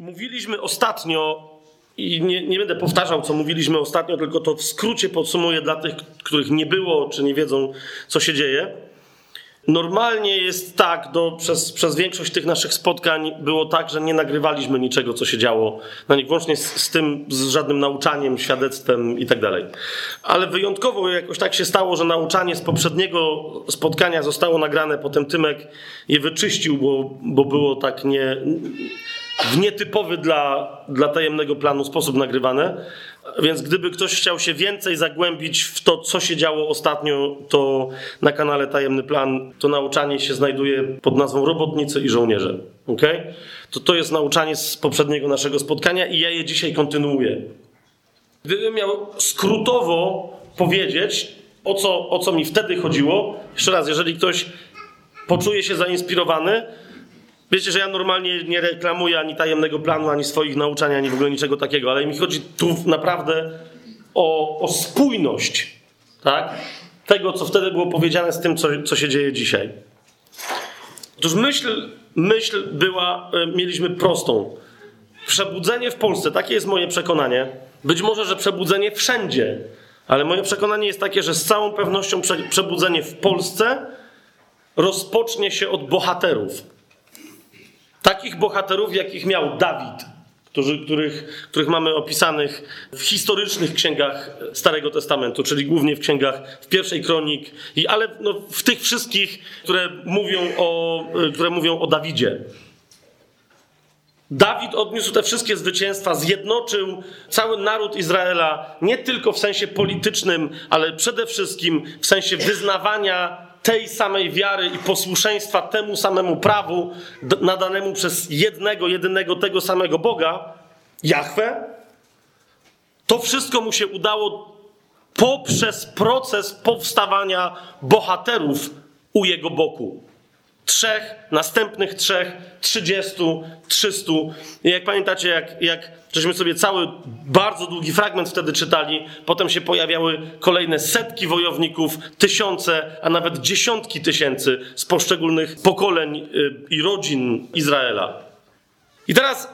Mówiliśmy ostatnio, i nie będę powtarzał, co mówiliśmy ostatnio, tylko to w skrócie podsumuję dla tych, których nie było, czy nie wiedzą, co się dzieje. Normalnie jest tak, przez większość tych naszych spotkań było tak, że nie nagrywaliśmy niczego, co się działo na nich, włącznie z żadnym nauczaniem, świadectwem i tak dalej. Ale wyjątkowo jakoś tak się stało, że nauczanie z poprzedniego spotkania zostało nagrane, potem Tymek je wyczyścił, bo było tak w nietypowy dla tajemnego planu sposób nagrywane. Więc gdyby ktoś chciał się więcej zagłębić w to, co się działo ostatnio, to na kanale Tajemny Plan to nauczanie się znajduje pod nazwą Robotnicy i Żołnierze. Okay? To jest nauczanie z poprzedniego naszego spotkania i ja je dzisiaj kontynuuję. Gdybym miał skrótowo powiedzieć, o co mi wtedy chodziło, jeszcze raz, jeżeli ktoś poczuje się zainspirowany, wiecie, że ja normalnie nie reklamuję ani Tajemnego Planu, ani swoich nauczań, ani w ogóle niczego takiego, ale mi chodzi tu naprawdę o spójność, tak? Tego, co wtedy było powiedziane z tym, co się dzieje dzisiaj. Otóż myśl mieliśmy prostą. Przebudzenie w Polsce, takie jest moje przekonanie, być może, że przebudzenie wszędzie, ale moje przekonanie jest takie, że z całą pewnością przebudzenie w Polsce rozpocznie się od bohaterów. Takich bohaterów, jakich miał Dawid, których mamy opisanych w historycznych księgach Starego Testamentu, czyli głównie w księgach w Pierwszej Kronik, ale w tych wszystkich, które mówią o Dawidzie. Dawid odniósł te wszystkie zwycięstwa, zjednoczył cały naród Izraela, nie tylko w sensie politycznym, ale przede wszystkim w sensie wyznawania tej samej wiary i posłuszeństwa temu samemu prawu nadanemu przez jedynego tego samego Boga, Jahwe. To wszystko mu się udało poprzez proces powstawania bohaterów u jego boku. 3, następnych 3, 30, 300. I jak pamiętacie, jak żeśmy sobie cały bardzo długi fragment wtedy czytali, potem się pojawiały kolejne setki wojowników, tysiące, a nawet dziesiątki tysięcy z poszczególnych pokoleń i rodzin Izraela. I teraz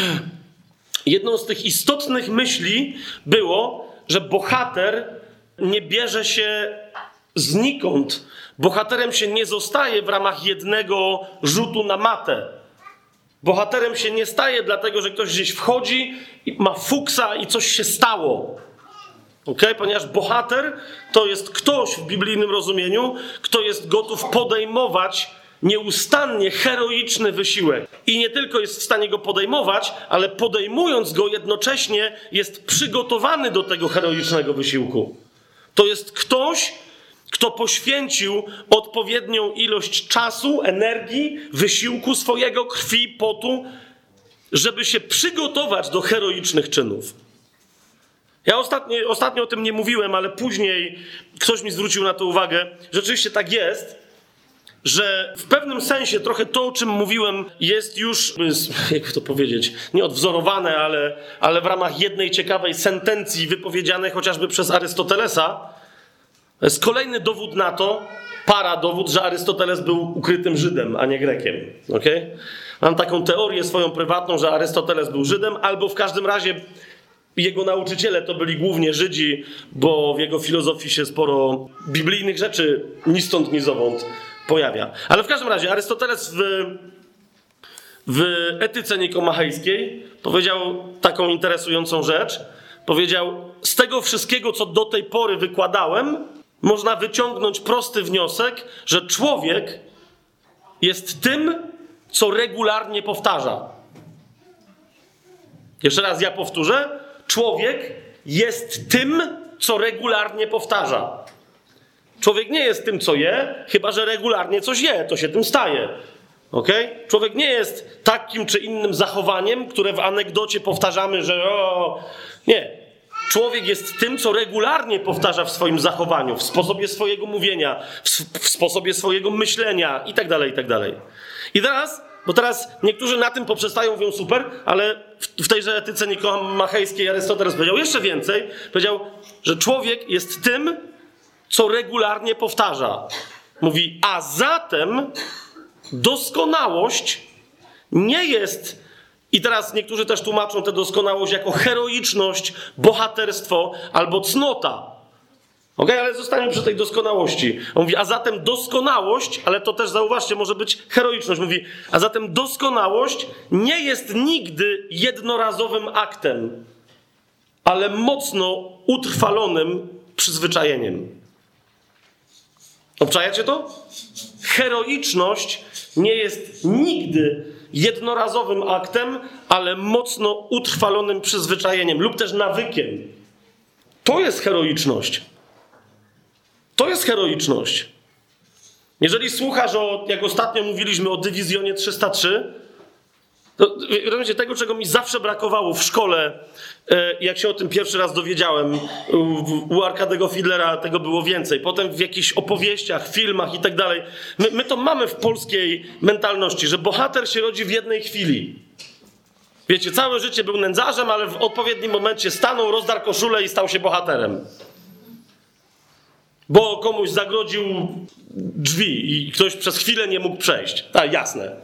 jedną z tych istotnych myśli było, że bohater nie bierze się znikąd. Bohaterem się nie zostaje w ramach jednego rzutu na matę. Bohaterem się nie staje dlatego, że ktoś gdzieś wchodzi, ma fuksa i coś się stało. Okay? Ponieważ bohater to jest ktoś w biblijnym rozumieniu, kto jest gotów podejmować nieustannie heroiczny wysiłek. I nie tylko jest w stanie go podejmować, ale podejmując go jednocześnie jest przygotowany do tego heroicznego wysiłku. To jest ktoś, kto poświęcił odpowiednią ilość czasu, energii, wysiłku swojego, krwi, potu, żeby się przygotować do heroicznych czynów. Ja ostatnio o tym nie mówiłem, ale później ktoś mi zwrócił na to uwagę. Rzeczywiście tak jest, że w pewnym sensie trochę to, o czym mówiłem, jest już, jak to powiedzieć, nie odwzorowane, ale w ramach jednej ciekawej sentencji wypowiedzianej chociażby przez Arystotelesa. To jest kolejny dowód na to, paradowód, że Arystoteles był ukrytym Żydem, a nie Grekiem. Okay? Mam taką teorię swoją prywatną, że Arystoteles był Żydem, albo w każdym razie jego nauczyciele to byli głównie Żydzi, bo w jego filozofii się sporo biblijnych rzeczy ni stąd, ni zowąd pojawia. Ale w każdym razie Arystoteles w Etyce Nikomachejskiej powiedział taką interesującą rzecz. Powiedział, z tego wszystkiego, co do tej pory wykładałem, można wyciągnąć prosty wniosek, że człowiek jest tym, co regularnie powtarza. Jeszcze raz ja powtórzę. Człowiek jest tym, co regularnie powtarza. Człowiek nie jest tym, co je, chyba że regularnie coś je, to się tym staje. Okay? Człowiek nie jest takim czy innym zachowaniem, które w anegdocie powtarzamy, że nie. Człowiek jest tym, co regularnie powtarza w swoim zachowaniu, w sposobie swojego mówienia, w sposobie swojego myślenia i tak dalej, i tak dalej. I teraz niektórzy na tym poprzestają, mówią super, ale w tejże Etyce Nikomachejskiej Arystoteles powiedział jeszcze więcej. Powiedział, że człowiek jest tym, co regularnie powtarza. Mówi, a zatem doskonałość nie jest I teraz niektórzy też tłumaczą tę doskonałość jako heroiczność, bohaterstwo albo cnota. Okej, ale zostaniemy przy tej doskonałości. On mówi, a zatem doskonałość, ale to też zauważcie, może być heroiczność. Mówi, a zatem doskonałość nie jest nigdy jednorazowym aktem, ale mocno utrwalonym przyzwyczajeniem. Obczajacie to? Heroiczność nie jest nigdy jednorazowym aktem, ale mocno utrwalonym przyzwyczajeniem lub też nawykiem. To jest heroiczność. To jest heroiczność. Jeżeli słuchasz jak ostatnio mówiliśmy o dywizjonie 303, to wiecie, tego, czego mi zawsze brakowało w szkole, jak się o tym pierwszy raz dowiedziałem, u Arkadego Fidlera tego było więcej. Potem w jakichś opowieściach, filmach i tak dalej. My to mamy w polskiej mentalności, że bohater się rodzi w jednej chwili. Wiecie, całe życie był nędzarzem, ale w odpowiednim momencie stanął, rozdarł koszulę i stał się bohaterem. Bo komuś zagrodził drzwi i ktoś przez chwilę nie mógł przejść. Tak, jasne.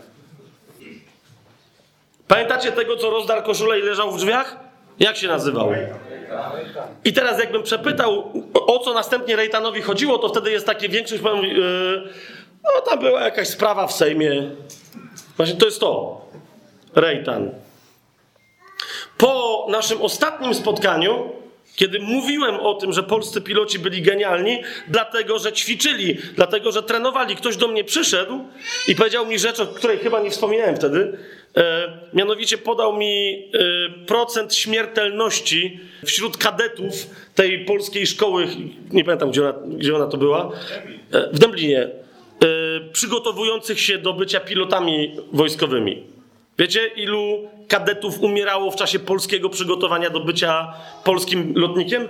Pamiętacie tego, co rozdarł koszulę i leżał w drzwiach? Jak się nazywał? I teraz jakbym przepytał, o co następnie Rejtanowi chodziło, to wtedy jest takie większość, powiem, no tam była jakaś sprawa w Sejmie. Właśnie to jest to. Rejtan. Po naszym ostatnim spotkaniu, kiedy mówiłem o tym, że polscy piloci byli genialni, dlatego, że ćwiczyli, dlatego, że trenowali, ktoś do mnie przyszedł i powiedział mi rzecz, o której chyba nie wspominałem wtedy, mianowicie podał mi procent śmiertelności wśród kadetów tej polskiej szkoły, nie pamiętam, gdzie ona to była, w Dęblinie, przygotowujących się do bycia pilotami wojskowymi. Wiecie, ilu kadetów umierało w czasie polskiego przygotowania do bycia polskim lotnikiem?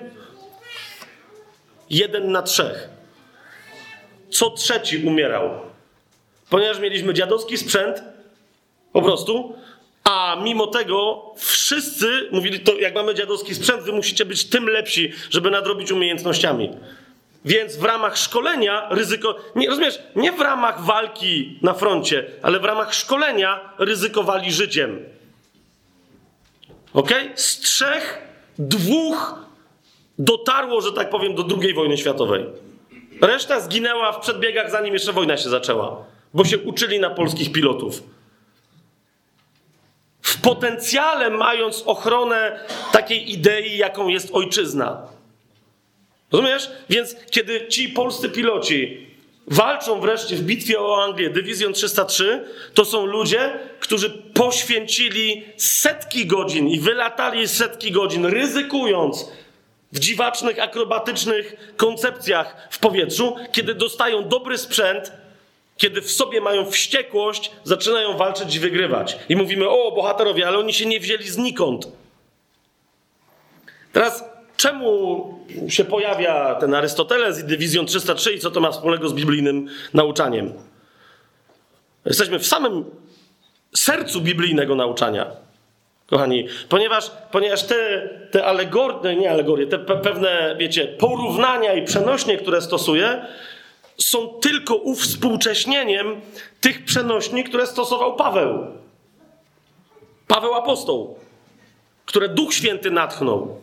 1 na 3. Co trzeci umierał. Ponieważ mieliśmy dziadowski sprzęt, po prostu, a mimo tego wszyscy mówili, to jak mamy dziadowski sprzęt, wy musicie być tym lepsi, żeby nadrobić umiejętnościami. Więc w ramach szkolenia nie, rozumiesz, nie w ramach walki na froncie, ale w ramach szkolenia ryzykowali życiem. Okej? Z 3, 2 dotarło, że tak powiem, do II wojny światowej. Reszta zginęła w przedbiegach, zanim jeszcze wojna się zaczęła, bo się uczyli na polskich pilotów. W potencjale mając ochronę takiej idei, jaką jest ojczyzna. Rozumiesz? Więc kiedy ci polscy piloci walczą wreszcie w bitwie o Anglię, dywizjon 303, to są ludzie, którzy poświęcili setki godzin i wylatali setki godzin, ryzykując w dziwacznych, akrobatycznych koncepcjach w powietrzu, kiedy dostają dobry sprzęt, kiedy w sobie mają wściekłość, zaczynają walczyć i wygrywać. I mówimy, o bohaterowie, ale oni się nie wzięli znikąd. Teraz czemu się pojawia ten Arystoteles i dywizjon 303 i co to ma wspólnego z biblijnym nauczaniem? Jesteśmy w samym sercu biblijnego nauczania, kochani, ponieważ te alegorie, te pewne, wiecie, porównania i przenośnie, które stosuję, są tylko uwspółcześnieniem tych przenośni, które stosował Paweł. Paweł apostoł, które Duch Święty natchnął.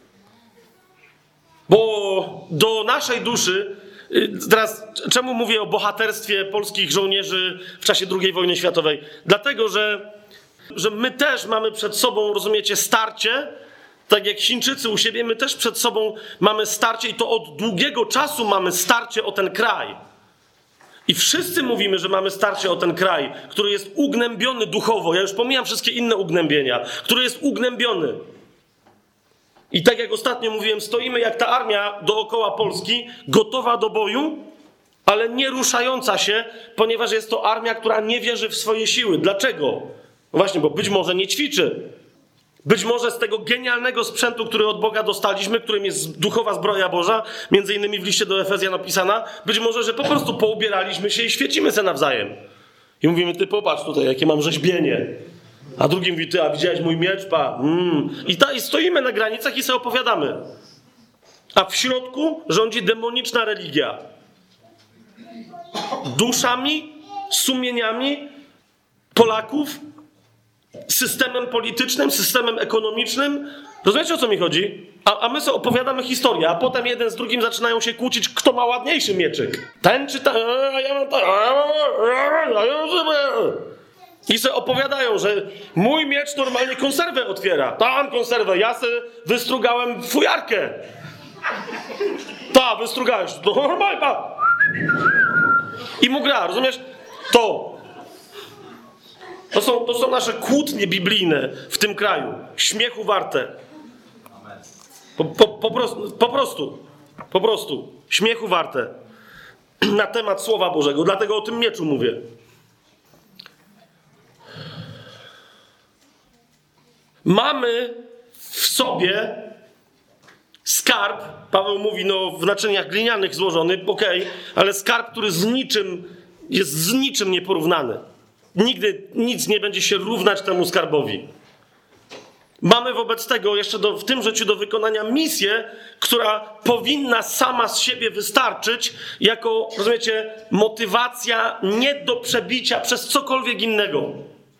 Bo do naszej duszy, teraz czemu mówię o bohaterstwie polskich żołnierzy w czasie II wojny światowej? Dlatego, że my też mamy przed sobą, rozumiecie, starcie, tak jak Chińczycy u siebie, my też przed sobą mamy starcie i to od długiego czasu mamy starcie o ten kraj. I wszyscy mówimy, że mamy starcie o ten kraj, który jest ugnębiony duchowo. Ja już pomijam wszystkie inne ugnębienia, który jest ugnębiony. I tak jak ostatnio mówiłem, stoimy jak ta armia dookoła Polski, gotowa do boju, ale nie ruszająca się, ponieważ jest to armia, która nie wierzy w swoje siły. Dlaczego? No właśnie, bo być może nie ćwiczy. Być może z tego genialnego sprzętu, który od Boga dostaliśmy, którym jest duchowa zbroja Boża, między innymi w liście do Efezjan napisana, być może, że po prostu poubieraliśmy się i świecimy se nawzajem. I mówimy, ty popatrz tutaj, jakie mam rzeźbienie. A drugi mówi, ty, a widziałeś mój miecz? I stoimy na granicach i sobie opowiadamy. A w środku rządzi demoniczna religia. Duszami, sumieniami Polaków, systemem politycznym, systemem ekonomicznym. Rozumiecie, o co mi chodzi? A my sobie opowiadamy historię, a potem jeden z drugim zaczynają się kłócić, kto ma ładniejszy mieczyk. Ten czy ten? Ja mam I sobie opowiadają, że mój miecz normalnie konserwę otwiera. Tam konserwę, ja sobie wystrugałem fujarkę. Wystrugałeś. To normalnie. I mu gra, rozumiesz? To są nasze kłótnie biblijne w tym kraju. Śmiechu warte. Po prostu. Śmiechu warte. Na temat Słowa Bożego. Dlatego o tym mieczu mówię. Mamy w sobie skarb, Paweł mówi, w naczyniach glinianych złożony, ale skarb, który jest z niczym nieporównany. Nigdy nic nie będzie się równać temu skarbowi. Mamy wobec tego jeszcze w tym życiu do wykonania misję, która powinna sama z siebie wystarczyć jako, rozumiecie, motywacja nie do przebicia przez cokolwiek innego.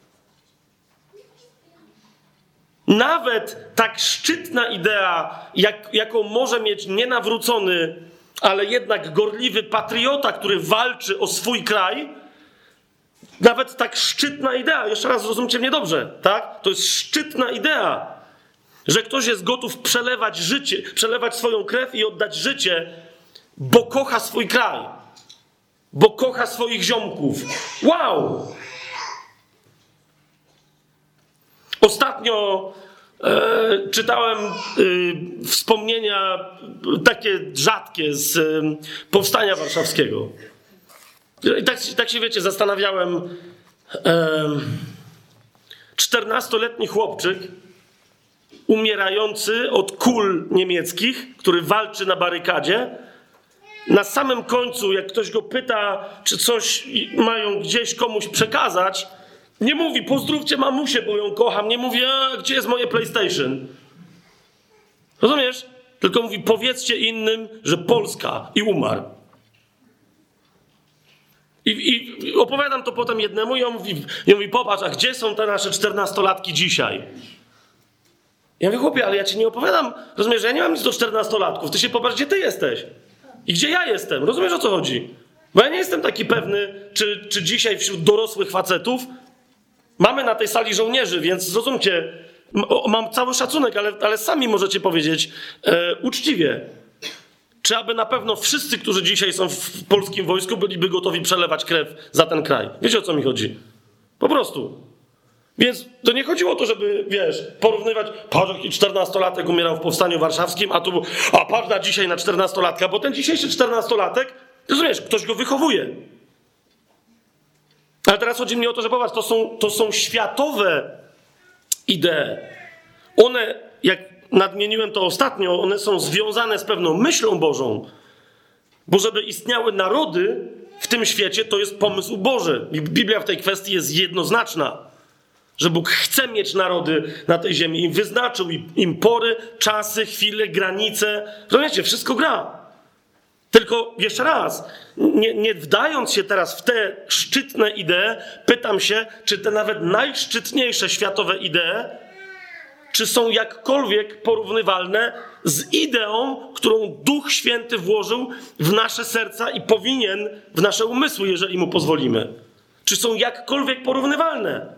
Nawet tak szczytna idea, jaką może mieć nienawrócony, ale jednak gorliwy patriota, który walczy o swój kraj, nawet tak szczytna idea, jeszcze raz zrozumcie mnie dobrze, tak? To jest szczytna idea, że ktoś jest gotów przelewać swoją krew i oddać życie, bo kocha swój kraj, bo kocha swoich ziomków. Wow! Ostatnio czytałem wspomnienia takie rzadkie z Powstania Warszawskiego. I tak się, wiecie, zastanawiałem. 14-letni chłopczyk umierający od kul niemieckich, który walczy na barykadzie. Na samym końcu, jak ktoś go pyta, czy coś mają gdzieś komuś przekazać, nie mówi, pozdrówcie mamusię, bo ją kocham. Nie mówi, gdzie jest moje PlayStation? Rozumiesz? Tylko mówi, powiedzcie innym, że Polska, i umarł. I opowiadam to potem jednemu i on mówi, popatrz, a gdzie są te nasze 14-latki dzisiaj? Ja mówię, chłopie, ale ja ci nie opowiadam. Rozumiesz, że ja nie mam nic do 14-latków. Ty się popatrz, gdzie ty jesteś. I gdzie ja jestem. Rozumiesz, o co chodzi? Bo ja nie jestem taki pewny, czy dzisiaj wśród dorosłych facetów mamy na tej sali żołnierzy, więc zrozumcie, mam cały szacunek, ale sami możecie powiedzieć uczciwie. Czy aby na pewno wszyscy, którzy dzisiaj są w polskim wojsku, byliby gotowi przelewać krew za ten kraj? Wiecie, o co mi chodzi? Po prostu. Więc to nie chodziło o to, żeby, porównywać, patrz, jaki 14-latek umierał w Powstaniu Warszawskim, a patrz na dzisiaj na 14-latka, bo ten dzisiejszy 14-latek, rozumiesz, ktoś go wychowuje. Ale teraz chodzi mi o to, że popatrz, to są światowe idee. One, jak nadmieniłem to ostatnio, one są związane z pewną myślą Bożą. Bo żeby istniały narody w tym świecie, to jest pomysł Boży. Biblia w tej kwestii jest jednoznaczna. Że Bóg chce mieć narody na tej ziemi i wyznaczył im pory, czasy, chwile, granice. Rozumiecie, wszystko gra. Tylko jeszcze raz, nie wdając się teraz w te szczytne idee, pytam się, czy te nawet najszczytniejsze światowe idee, czy są jakkolwiek porównywalne z ideą, którą Duch Święty włożył w nasze serca i powinien w nasze umysły, jeżeli mu pozwolimy. Czy są jakkolwiek porównywalne?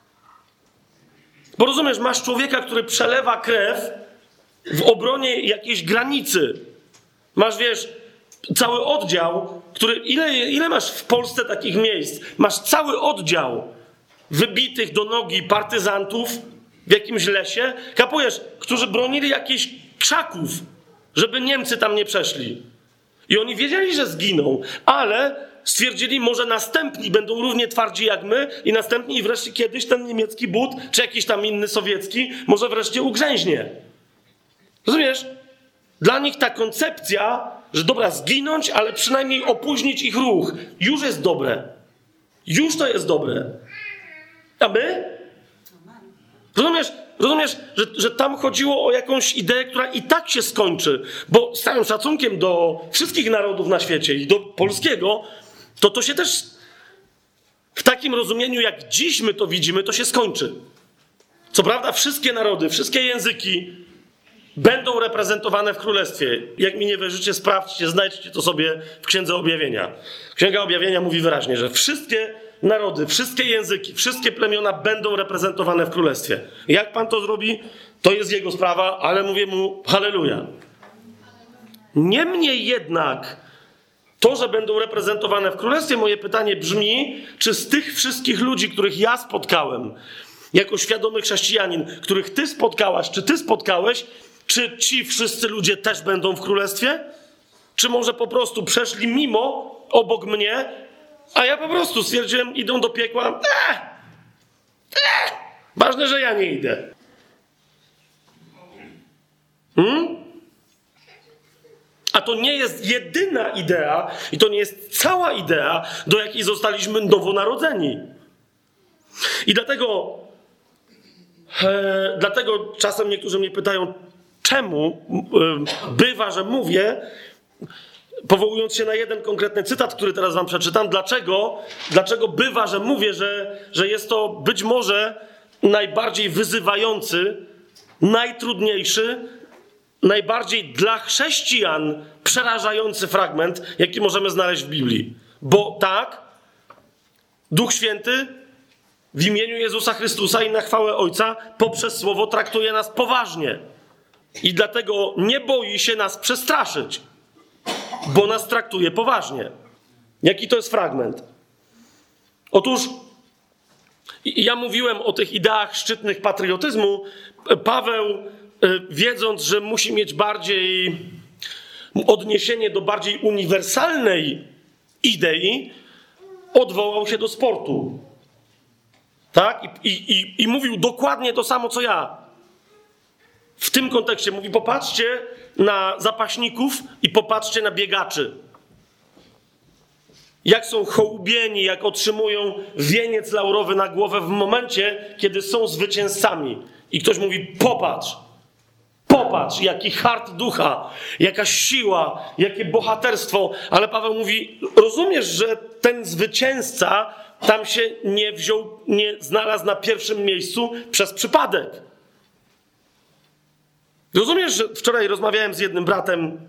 Bo rozumiesz, masz człowieka, który przelewa krew w obronie jakiejś granicy. Masz, cały oddział, który... Ile masz w Polsce takich miejsc? Masz cały oddział wybitych do nogi partyzantów w jakimś lesie, kapujesz, którzy bronili jakichś krzaków, żeby Niemcy tam nie przeszli. I oni wiedzieli, że zginą, ale stwierdzili, może następni będą równie twardzi jak my i następni i wreszcie kiedyś ten niemiecki but, czy jakiś tam inny sowiecki, może wreszcie ugrzęźnie. Rozumiesz? Dla nich ta koncepcja, że dobra, zginąć, ale przynajmniej opóźnić ich ruch, już jest dobre. Już to jest dobre. A my? Rozumiesz, że tam chodziło o jakąś ideę, która i tak się skończy, bo z całym szacunkiem do wszystkich narodów na świecie i do polskiego, to się też w takim rozumieniu, jak dziś my to widzimy, to się skończy. Co prawda wszystkie narody, wszystkie języki będą reprezentowane w Królestwie. Jak mi nie wierzycie, sprawdźcie, znajdźcie to sobie w Księdze Objawienia. Księga Objawienia mówi wyraźnie, że wszystkie narody, wszystkie języki, wszystkie plemiona będą reprezentowane w Królestwie. Jak Pan to zrobi, to jest Jego sprawa, ale mówię Mu halleluja. Niemniej jednak to, że będą reprezentowane w Królestwie, moje pytanie brzmi, czy z tych wszystkich ludzi, których ja spotkałem, jako świadomy chrześcijanin, których ty spotkałaś, czy ty spotkałeś, czy ci wszyscy ludzie też będą w Królestwie? Czy może po prostu przeszli mimo, obok mnie, a ja po prostu stwierdziłem, idą do piekła. Ważne, że ja nie idę. A to nie jest jedyna idea i to nie jest cała idea, do jakiej zostaliśmy nowonarodzeni. I dlatego czasem niektórzy mnie pytają, czemu bywa, że mówię, powołując się na jeden konkretny cytat, który teraz wam przeczytam, dlaczego bywa, że mówię, że jest to być może najbardziej wyzywający, najtrudniejszy, najbardziej dla chrześcijan przerażający fragment, jaki możemy znaleźć w Biblii. Bo tak, Duch Święty w imieniu Jezusa Chrystusa i na chwałę Ojca poprzez Słowo traktuje nas poważnie. I dlatego nie boi się nas przestraszyć, bo nas traktuje poważnie. Jaki to jest fragment? Otóż ja mówiłem o tych ideach szczytnych patriotyzmu. Paweł, wiedząc, że musi mieć bardziej odniesienie do bardziej uniwersalnej idei, odwołał się do sportu. Tak? I mówił dokładnie to samo, co ja. W tym kontekście mówi, popatrzcie na zapaśników i popatrzcie na biegaczy. Jak są hołubieni, jak otrzymują wieniec laurowy na głowę w momencie, kiedy są zwycięzcami. I ktoś mówi, popatrz, jaki hart ducha, jaka siła, jakie bohaterstwo. Ale Paweł mówi, rozumiesz, że ten zwycięzca tam się nie znalazł na pierwszym miejscu przez przypadek. Rozumiesz, że wczoraj rozmawiałem z jednym bratem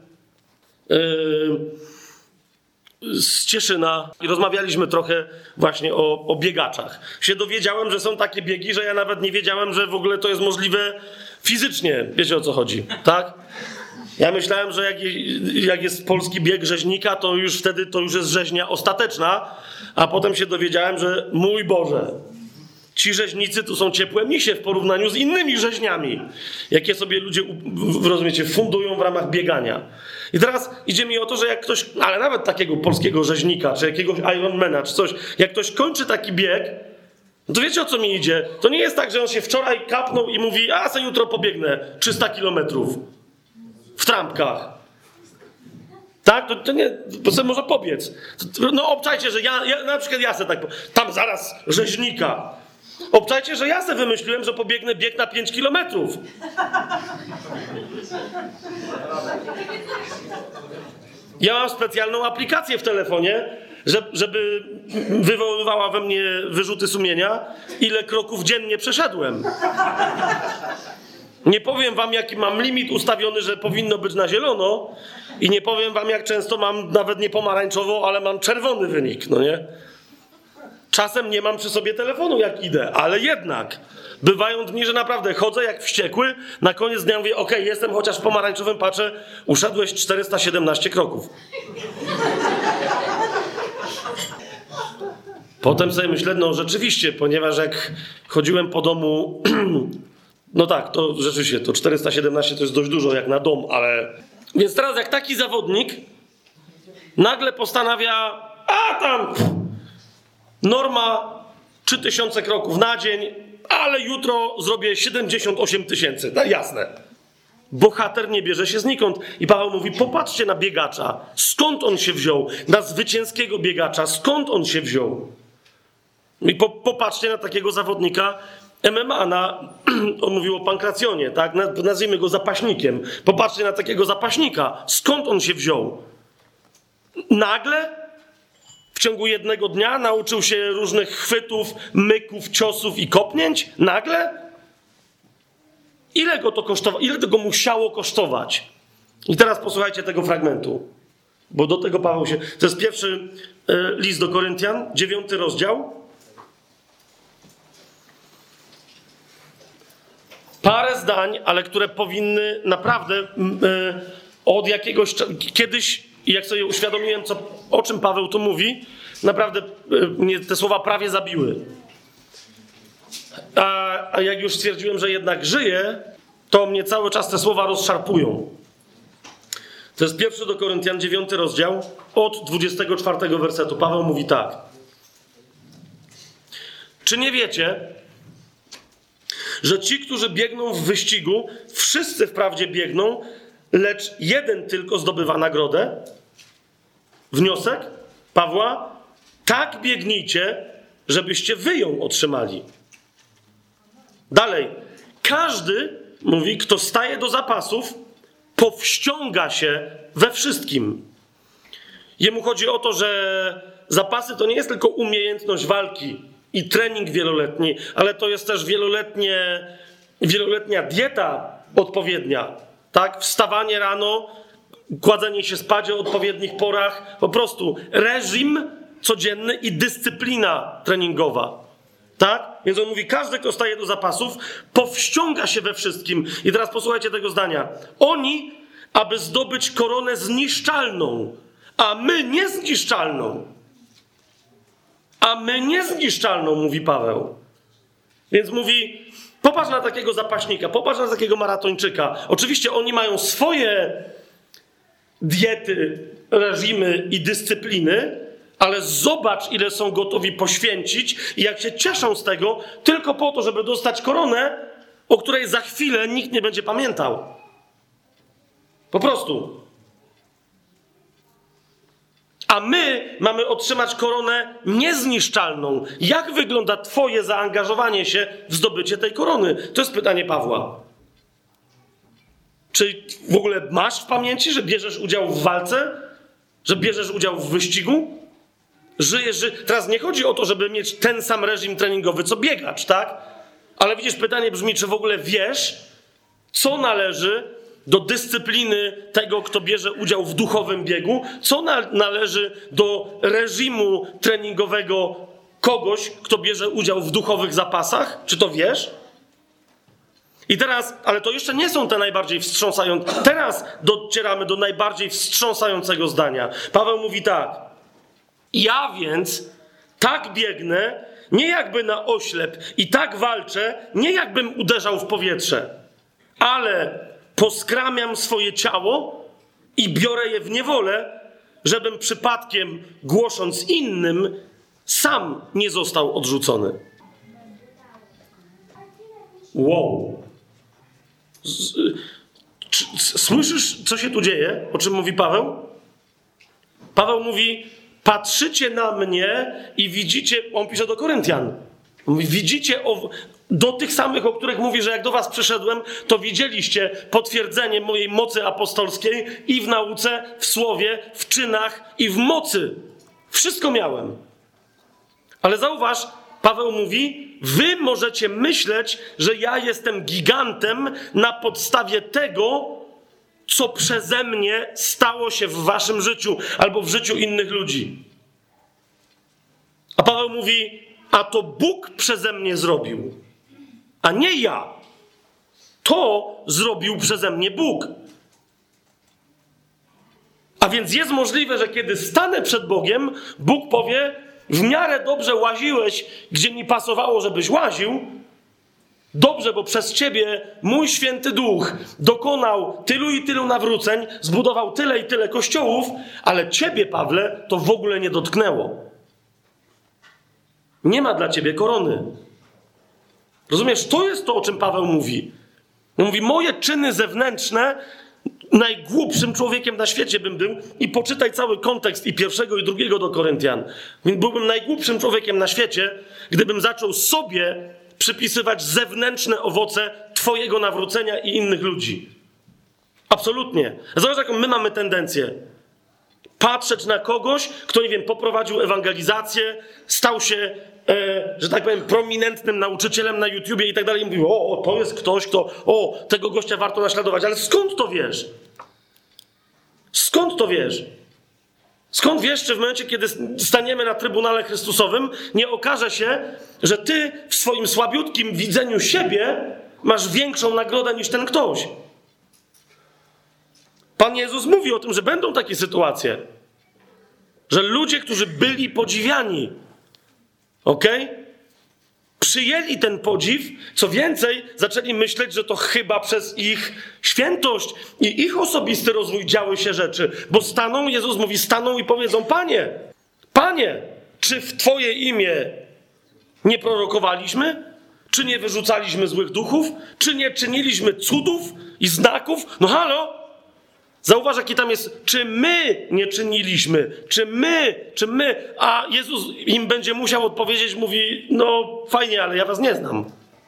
z Cieszyna i rozmawialiśmy trochę właśnie o biegaczach. Się dowiedziałem, że są takie biegi, że ja nawet nie wiedziałem, że w ogóle to jest możliwe fizycznie. Wiecie, o co chodzi, tak? Ja myślałem, że jak jest polski bieg rzeźnika, to już wtedy to już jest rzeźnia ostateczna, a potem się dowiedziałem, że mój Boże, ci rzeźnicy tu są ciepłe misie w porównaniu z innymi rzeźniami, jakie sobie ludzie, rozumiecie, fundują w ramach biegania. I teraz idzie mi o to, że jak ktoś, ale nawet takiego polskiego rzeźnika, czy jakiegoś Ironmana, czy coś, jak ktoś kończy taki bieg, no to wiecie, o co mi idzie? To nie jest tak, że on się wczoraj kapnął i mówi, a se jutro pobiegnę 300 kilometrów w trampkach. Tak? To nie, to sobie może pobiec. No obczajcie, że ja na przykład ja se tak, tam zaraz rzeźnika. Obczajcie, że ja se wymyśliłem, że pobiegnę bieg na 5 kilometrów. Ja mam specjalną aplikację w telefonie, żeby wywoływała we mnie wyrzuty sumienia, ile kroków dziennie przeszedłem. Nie powiem wam, jaki mam limit ustawiony, że powinno być na zielono i nie powiem wam, jak często mam nawet nie pomarańczowo, ale mam czerwony wynik, no nie? Czasem nie mam przy sobie telefonu, jak idę, ale jednak bywają dni, że naprawdę chodzę jak wściekły, na koniec dnia mówię, okej, jestem chociaż w pomarańczowym, patrzę, uszedłeś 417 kroków. Potem sobie myślę, no rzeczywiście, ponieważ jak chodziłem po domu, no tak, to rzeczywiście, to 417 to jest dość dużo jak na dom, ale... Więc teraz jak taki zawodnik nagle postanawia, a tam norma 3000 kroków na dzień, ale jutro zrobię 78 000. No jasne. Bohater nie bierze się znikąd. I Paweł mówi, popatrzcie na biegacza. Skąd on się wziął? Na zwycięskiego biegacza. Skąd on się wziął? I popatrzcie na takiego zawodnika MMA. On mówił o pankracjonie, tak? Nazwijmy go zapaśnikiem. Popatrzcie na takiego zapaśnika. Skąd on się wziął? Nagle w ciągu jednego dnia nauczył się różnych chwytów, myków, ciosów i kopnięć? Nagle? Ile go to kosztowało? Ile tego musiało kosztować? I teraz posłuchajcie tego fragmentu, bo do tego Paweł się... To jest pierwszy list do Koryntian, 9 rozdział. Parę zdań, ale które powinny naprawdę od jakiegoś... Kiedyś, jak sobie uświadomiłem, o czym Paweł tu mówi, naprawdę mnie te słowa prawie zabiły. A jak już stwierdziłem, że jednak żyję, to mnie cały czas te słowa rozszarpują. To jest 1 do Koryntian, 9 rozdział, od 24 wersetu. Paweł mówi tak. Czy nie wiecie, że ci, którzy biegną w wyścigu, wszyscy wprawdzie biegną, lecz jeden tylko zdobywa nagrodę? Wniosek Pawła? Tak biegnijcie, żebyście wy ją otrzymali. Dalej. Każdy, mówi, kto staje do zapasów, powściąga się we wszystkim. Jemu chodzi o to, że zapasy to nie jest tylko umiejętność walki i trening wieloletni, ale to jest też wieloletnia dieta odpowiednia. Tak? Wstawanie rano, kładzenie się spać o odpowiednich porach, po prostu reżim codzienny i dyscyplina treningowa. Tak? Więc on mówi, każdy, kto staje do zapasów, powściąga się we wszystkim. I teraz posłuchajcie tego zdania. Oni, aby zdobyć koronę zniszczalną, a my niezniszczalną. A my niezniszczalną, mówi Paweł. Więc mówi, popatrz na takiego zapaśnika, popatrz na takiego maratończyka. Oczywiście oni mają swoje diety, reżimy i dyscypliny, ale zobacz, ile są gotowi poświęcić i jak się cieszą z tego, tylko po to, żeby dostać koronę, o której za chwilę nikt nie będzie pamiętał. Po prostu. A my mamy otrzymać koronę niezniszczalną. Jak wygląda twoje zaangażowanie się w zdobycie tej korony? To jest pytanie Pawła. Czy w ogóle masz w pamięci, że bierzesz udział w walce? Że bierzesz udział w wyścigu? Żyjesz. Teraz nie chodzi o to, żeby mieć ten sam reżim treningowy, co biegacz, tak? Ale widzisz, pytanie brzmi, czy w ogóle wiesz, co należy do dyscypliny tego, kto bierze udział w duchowym biegu, co należy do reżimu treningowego kogoś, kto bierze udział w duchowych zapasach? Czy to wiesz? I teraz, ale to jeszcze nie są te najbardziej wstrząsające. Teraz docieramy do najbardziej wstrząsającego zdania. Paweł mówi tak. Ja więc tak biegnę, nie jakby na oślep, i tak walczę, nie jakbym uderzał w powietrze, ale poskramiam swoje ciało i biorę je w niewolę, żebym przypadkiem, głosząc innym, sam nie został odrzucony. Wow. Słyszysz, co się tu dzieje? O czym mówi Paweł? Paweł mówi, patrzycie na mnie i widzicie, on pisze do Koryntian, mówi, widzicie do tych samych, o których mówi, że jak do was przyszedłem, to widzieliście potwierdzenie mojej mocy apostolskiej i w nauce, w słowie, w czynach i w mocy. Wszystko miałem. Ale zauważ, Paweł mówi, wy możecie myśleć, że ja jestem gigantem na podstawie tego, co przeze mnie stało się w waszym życiu albo w życiu innych ludzi. A Paweł mówi, a to Bóg przeze mnie zrobił, a nie ja. To zrobił przeze mnie Bóg. A więc jest możliwe, że kiedy stanę przed Bogiem, Bóg powie, w miarę dobrze łaziłeś, gdzie mi pasowało, żebyś łaził. Dobrze, bo przez ciebie mój święty duch dokonał tylu i tylu nawróceń, zbudował tyle i tyle kościołów, ale ciebie, Pawle, to w ogóle nie dotknęło. Nie ma dla ciebie korony. Rozumiesz? To jest to, o czym Paweł mówi. On mówi, moje czyny zewnętrzne, najgłupszym człowiekiem na świecie bym był, i poczytaj cały kontekst i 1 i 2 do Koryntian. Byłbym najgłupszym człowiekiem na świecie, gdybym zaczął sobie przypisywać zewnętrzne owoce twojego nawrócenia i innych ludzi. Absolutnie. Zobacz, jaką my mamy tendencję. Patrzeć na kogoś, kto, nie wiem, poprowadził ewangelizację, stał się że tak powiem, prominentnym nauczycielem na YouTubie i tak dalej. I mówił, o, to jest ktoś, kto, tego gościa warto naśladować. Ale skąd to wiesz? Skąd to wiesz? Skąd wiesz, czy w momencie, kiedy staniemy na Trybunale Chrystusowym, nie okaże się, że ty w swoim słabiutkim widzeniu siebie masz większą nagrodę niż ten ktoś? Pan Jezus mówi o tym, że będą takie sytuacje. Że ludzie, którzy byli podziwiani, przyjęli ten podziw, co więcej, zaczęli myśleć, że to chyba przez ich świętość i ich osobisty rozwój działy się rzeczy. Bo Jezus mówi, staną i powiedzą, Panie, czy w Twoje imię nie prorokowaliśmy? Czy nie wyrzucaliśmy złych duchów? Czy nie czyniliśmy cudów i znaków? No halo! Zauważ, jaki tam jest, czy my nie czyniliśmy, czy my, a Jezus im będzie musiał odpowiedzieć, mówi, no fajnie, ale ja was nie znam.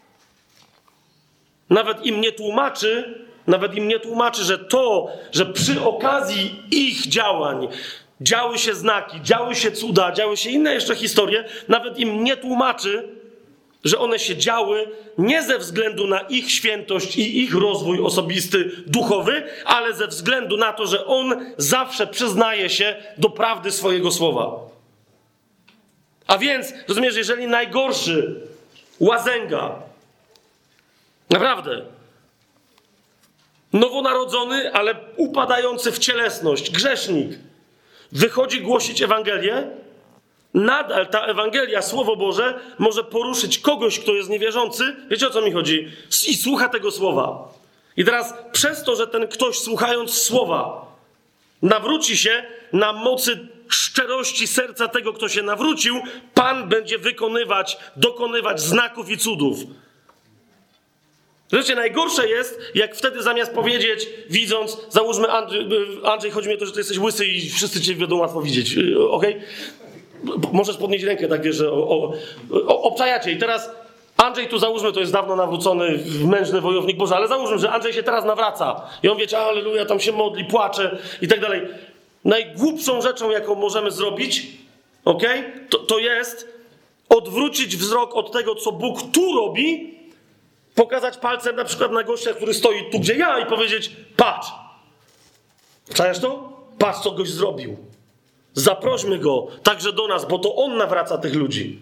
Nawet im nie tłumaczy, że przy okazji ich działań działy się znaki, działy się cuda, działy się inne jeszcze historie, nawet im nie tłumaczy, że one się działy nie ze względu na ich świętość i ich rozwój osobisty, duchowy, ale ze względu na to, że on zawsze przyznaje się do prawdy swojego słowa. A więc, rozumiesz, jeżeli najgorszy łazęga, naprawdę, nowonarodzony, ale upadający w cielesność, grzesznik, wychodzi głosić Ewangelię, nadal ta Ewangelia, Słowo Boże, może poruszyć kogoś, kto jest niewierzący. Wiecie, o co mi chodzi? I słucha tego słowa. I teraz przez to, że ten ktoś, słuchając słowa, nawróci się na mocy szczerości serca tego, kto się nawrócił, Pan będzie dokonywać znaków i cudów. Wiecie, najgorsze jest, jak wtedy zamiast powiedzieć, widząc, załóżmy, Andrzej, chodzi mi o to, że ty jesteś łysy i wszyscy cię będą łatwo widzieć, okej? Możesz podnieść rękę, tak wiesz, że obczajacie. I teraz Andrzej tu, załóżmy, to jest dawno nawrócony, mężny wojownik Boży, ale załóżmy, że Andrzej się teraz nawraca. I on wiecie, alleluja, tam się modli, płacze i tak dalej. Najgłupszą rzeczą, jaką możemy zrobić, to jest odwrócić wzrok od tego, co Bóg tu robi, pokazać palcem na przykład na gościa, który stoi tu, gdzie ja, i powiedzieć, patrz. Czajasz to? Patrz, co gość zrobił. Zaprośmy go także do nas, bo to on nawraca tych ludzi.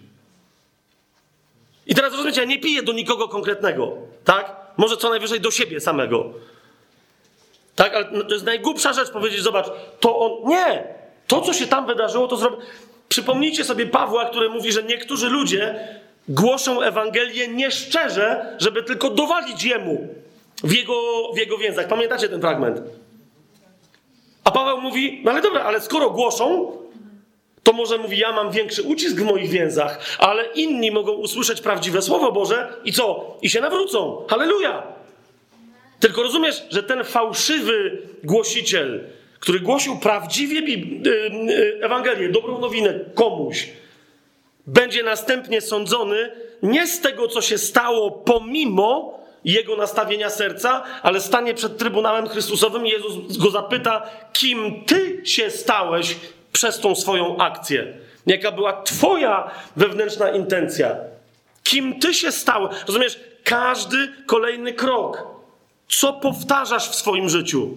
I teraz rozumiecie, ja nie piję do nikogo konkretnego, tak? Może co najwyżej do siebie samego. Tak, ale to jest najgłupsza rzecz powiedzieć, zobacz, to on... Nie! To, co się tam wydarzyło, to zrobił... Przypomnijcie sobie Pawła, który mówi, że niektórzy ludzie głoszą Ewangelię nieszczerze, żeby tylko dowalić jemu w jego więzach. Pamiętacie ten fragment? A Paweł mówi, no ale dobra, ale skoro głoszą, to może mówi, ja mam większy ucisk w moich więzach, ale inni mogą usłyszeć prawdziwe Słowo Boże i co? I się nawrócą. Halleluja! Tylko rozumiesz, że ten fałszywy głosiciel, który głosił prawdziwie Ewangelię, dobrą nowinę komuś, będzie następnie sądzony nie z tego, co się stało pomimo jego nastawienia serca, ale stanie przed Trybunałem Chrystusowym i Jezus go zapyta, kim ty się stałeś przez tą swoją akcję? Jaka była twoja wewnętrzna intencja? Kim ty się stałeś? Rozumiesz? Każdy kolejny krok. Co powtarzasz w swoim życiu?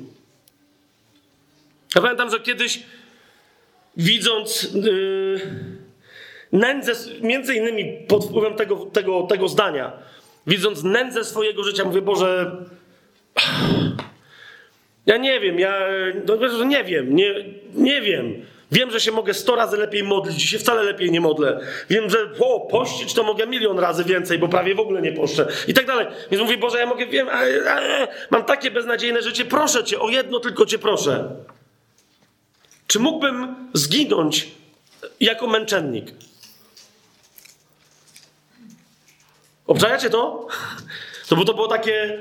Ja pamiętam, że kiedyś widząc nędzę, między innymi pod wpływem tego zdania, widząc nędzę swojego życia, mówię, Boże, ja nie wiem, nie wiem. Wiem, że się mogę 100 razy lepiej modlić i się wcale lepiej nie modlę. Wiem, że pościć to mogę 1 000 000 razy więcej, bo prawie w ogóle nie poszczę. I tak dalej. Więc mówię, Boże, mam takie beznadziejne życie, proszę Cię, o jedno tylko Cię proszę. Czy mógłbym zginąć jako męczennik? Obczajacie to? Bo to było takie...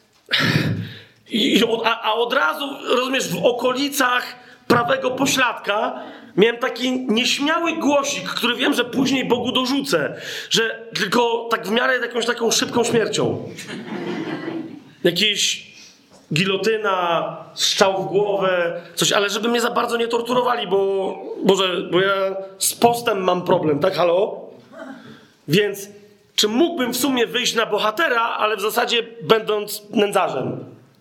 A od razu, rozumiesz, w okolicach prawego pośladka miałem taki nieśmiały głosik, który wiem, że później Bogu dorzucę, że tylko tak w miarę jakąś taką szybką śmiercią. Jakieś gilotyna, strzał w głowę, coś, ale żeby mnie za bardzo nie torturowali, bo ja z postem mam problem, tak, halo? Więc czy mógłbym w sumie wyjść na bohatera, ale w zasadzie będąc nędzarzem?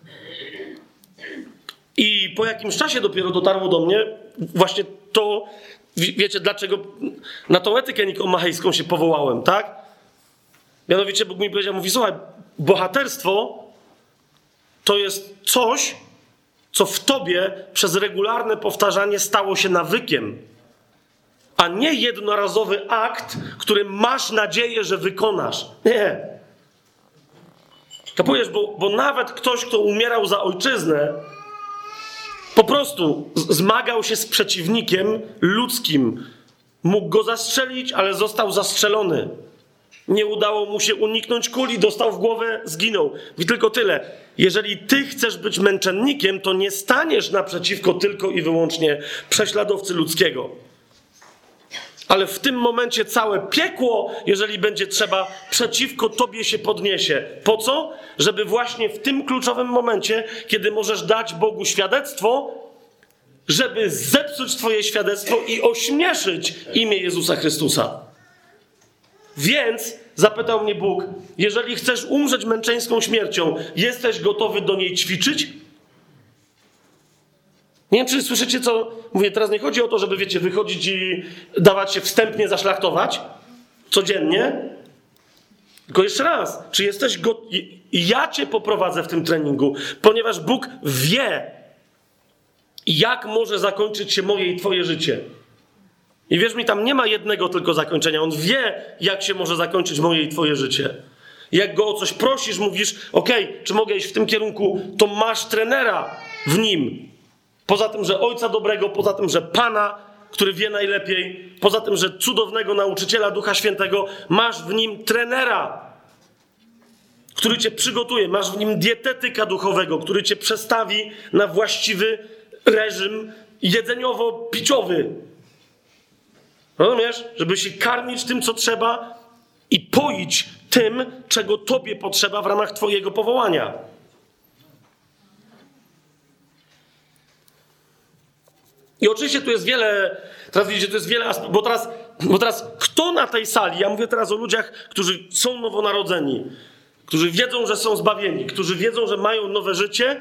I po jakimś czasie dopiero dotarło do mnie właśnie to, wiecie dlaczego na tą etykę nikomachejską się powołałem, tak? Mianowicie Bóg mi powiedział, mówi, słuchaj, bohaterstwo to jest coś, co w tobie przez regularne powtarzanie stało się nawykiem, a nie jednorazowy akt, który masz nadzieję, że wykonasz. Nie. Kapujesz, bo nawet ktoś, kto umierał za ojczyznę, po prostu zmagał się z przeciwnikiem ludzkim. Mógł go zastrzelić, ale został zastrzelony. Nie udało mu się uniknąć kuli, dostał w głowę, zginął. I tylko tyle. Jeżeli ty chcesz być męczennikiem, to nie staniesz naprzeciwko tylko i wyłącznie prześladowcy ludzkiego. Ale w tym momencie całe piekło, jeżeli będzie trzeba, przeciwko tobie się podniesie. Po co? Żeby właśnie w tym kluczowym momencie, kiedy możesz dać Bogu świadectwo, żeby zepsuć twoje świadectwo i ośmieszyć imię Jezusa Chrystusa. Więc zapytał mnie Bóg, jeżeli chcesz umrzeć męczeńską śmiercią, jesteś gotowy do niej ćwiczyć? Nie wiem, czy słyszycie, co mówię. Teraz nie chodzi o to, żeby, wiecie, wychodzić i dawać się wstępnie zaszlachtować codziennie. Tylko jeszcze raz, czy jesteś gotowy? Ja cię poprowadzę w tym treningu, ponieważ Bóg wie, jak może zakończyć się moje i twoje życie. I wierz mi, tam nie ma jednego tylko zakończenia. On wie, jak się może zakończyć moje i twoje życie. Jak go o coś prosisz, mówisz, okej, czy mogę iść w tym kierunku, to masz trenera w nim. Poza tym, że Ojca dobrego, poza tym, że Pana, który wie najlepiej, poza tym, że cudownego nauczyciela Ducha Świętego, masz w nim trenera, który cię przygotuje. Masz w nim dietetyka duchowego, który cię przestawi na właściwy reżim jedzeniowo-piciowy. Rozumiesz? Żeby się karmić tym, co trzeba i poić tym, czego tobie potrzeba w ramach twojego powołania. I oczywiście tu jest wiele, teraz widzicie, tu jest wiele aspektów, bo teraz kto na tej sali, ja mówię teraz o ludziach, którzy są nowonarodzeni, którzy wiedzą, że są zbawieni, którzy wiedzą, że mają nowe życie.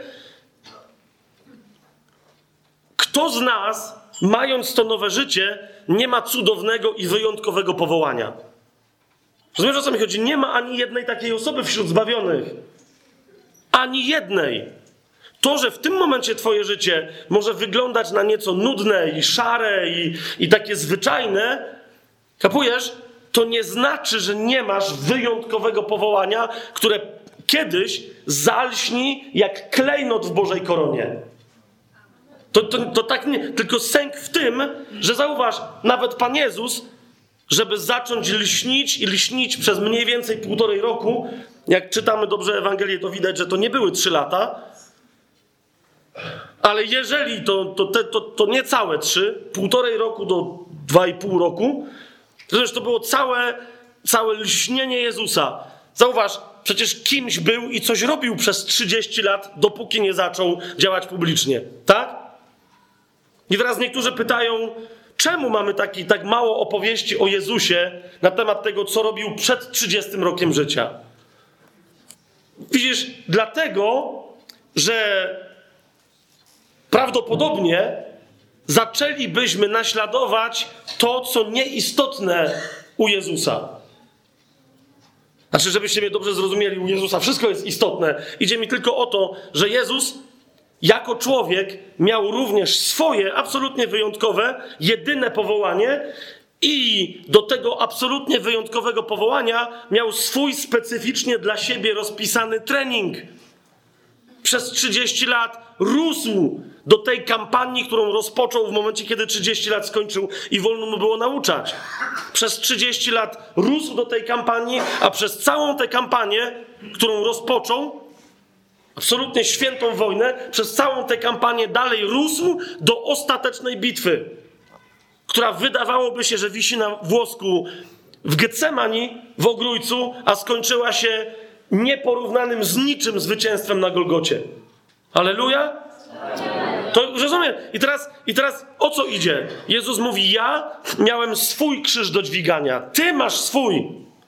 Kto z nas, mając to nowe życie, nie ma cudownego i wyjątkowego powołania? Rozumiesz, o co mi chodzi? Nie ma ani jednej takiej osoby wśród zbawionych. Ani jednej. To, że w tym momencie twoje życie może wyglądać na nieco nudne i szare i takie zwyczajne, kapujesz? To nie znaczy, że nie masz wyjątkowego powołania, które kiedyś zalśni jak klejnot w Bożej koronie. To tak nie, tylko sęk w tym, że zauważ, nawet Pan Jezus, żeby zacząć lśnić i lśnić przez mniej więcej 1,5 roku, jak czytamy dobrze Ewangelię, to widać, że to nie były 3 lata, ale jeżeli to nie całe 3, 1,5 roku do 2,5 roku, to było całe lśnienie Jezusa. Zauważ, przecież kimś był i coś robił przez 30 lat, dopóki nie zaczął działać publicznie, tak? I teraz niektórzy pytają, czemu mamy tak mało opowieści o Jezusie na temat tego, co robił przed 30 rokiem życia? Widzisz, dlatego, że prawdopodobnie zaczęlibyśmy naśladować to, co nieistotne u Jezusa. Znaczy, żebyście mnie dobrze zrozumieli, u Jezusa wszystko jest istotne. Idzie mi tylko o to, że Jezus jako człowiek miał również swoje absolutnie wyjątkowe, jedyne powołanie i do tego absolutnie wyjątkowego powołania miał swój specyficznie dla siebie rozpisany trening. Przez 30 lat rósł do tej kampanii, którą rozpoczął w momencie, kiedy 30 lat skończył i wolno mu było nauczać. Przez 30 lat rósł do tej kampanii, a przez całą tę kampanię, którą rozpoczął, absolutnie świętą wojnę, przez całą tę kampanię dalej rósł do ostatecznej bitwy, która wydawałoby się, że wisi na włosku w Getsemani, w Ogrójcu, a skończyła się nieporównanym z niczym zwycięstwem na Golgocie. Halleluja? To rozumiem. I teraz o co idzie? Jezus mówi, ja miałem swój krzyż do dźwigania. Ty masz swój.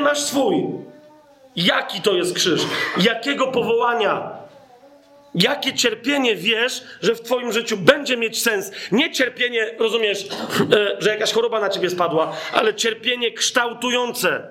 masz swój. Jaki to jest krzyż? Jakiego powołania? Jakie cierpienie wiesz, że w twoim życiu będzie mieć sens? Nie cierpienie, rozumiesz, że jakaś choroba na ciebie spadła, ale cierpienie kształtujące.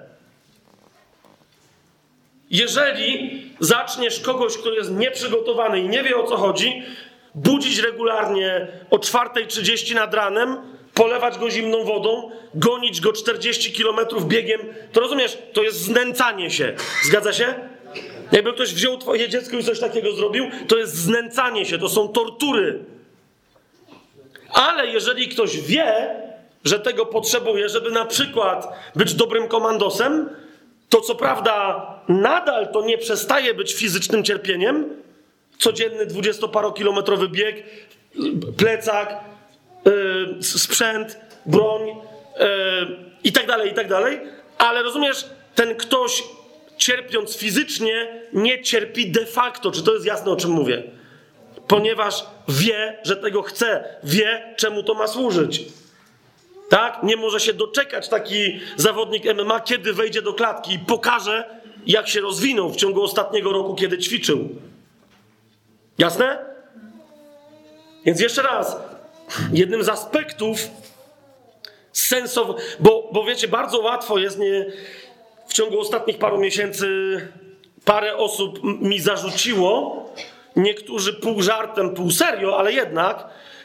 Jeżeli zaczniesz kogoś, kto jest nieprzygotowany i nie wie, o co chodzi, budzić regularnie o 4:30 nad ranem, polewać go zimną wodą, gonić go 40 kilometrów biegiem, to rozumiesz, to jest znęcanie się. Zgadza się? Jakby ktoś wziął twoje dziecko i coś takiego zrobił, to jest znęcanie się, to są tortury. Ale jeżeli ktoś wie, że tego potrzebuje, żeby na przykład być dobrym komandosem, to co prawda nadal to nie przestaje być fizycznym cierpieniem, codzienny 20-parokilometrowy bieg, plecak, sprzęt, broń i tak dalej, ale rozumiesz, ten ktoś cierpiąc fizycznie nie cierpi de facto. Czy to jest jasne, o czym mówię? Ponieważ wie, że tego chce, wie, czemu to ma służyć. Tak? Nie może się doczekać taki zawodnik MMA, kiedy wejdzie do klatki i pokaże, jak się rozwinął w ciągu ostatniego roku, kiedy ćwiczył. Jasne? Więc jeszcze raz, jednym z aspektów sensownych, bo wiecie, bardzo łatwo jest w ciągu ostatnich paru miesięcy parę osób mi zarzuciło, niektórzy pół żartem, pół serio, ale jednak,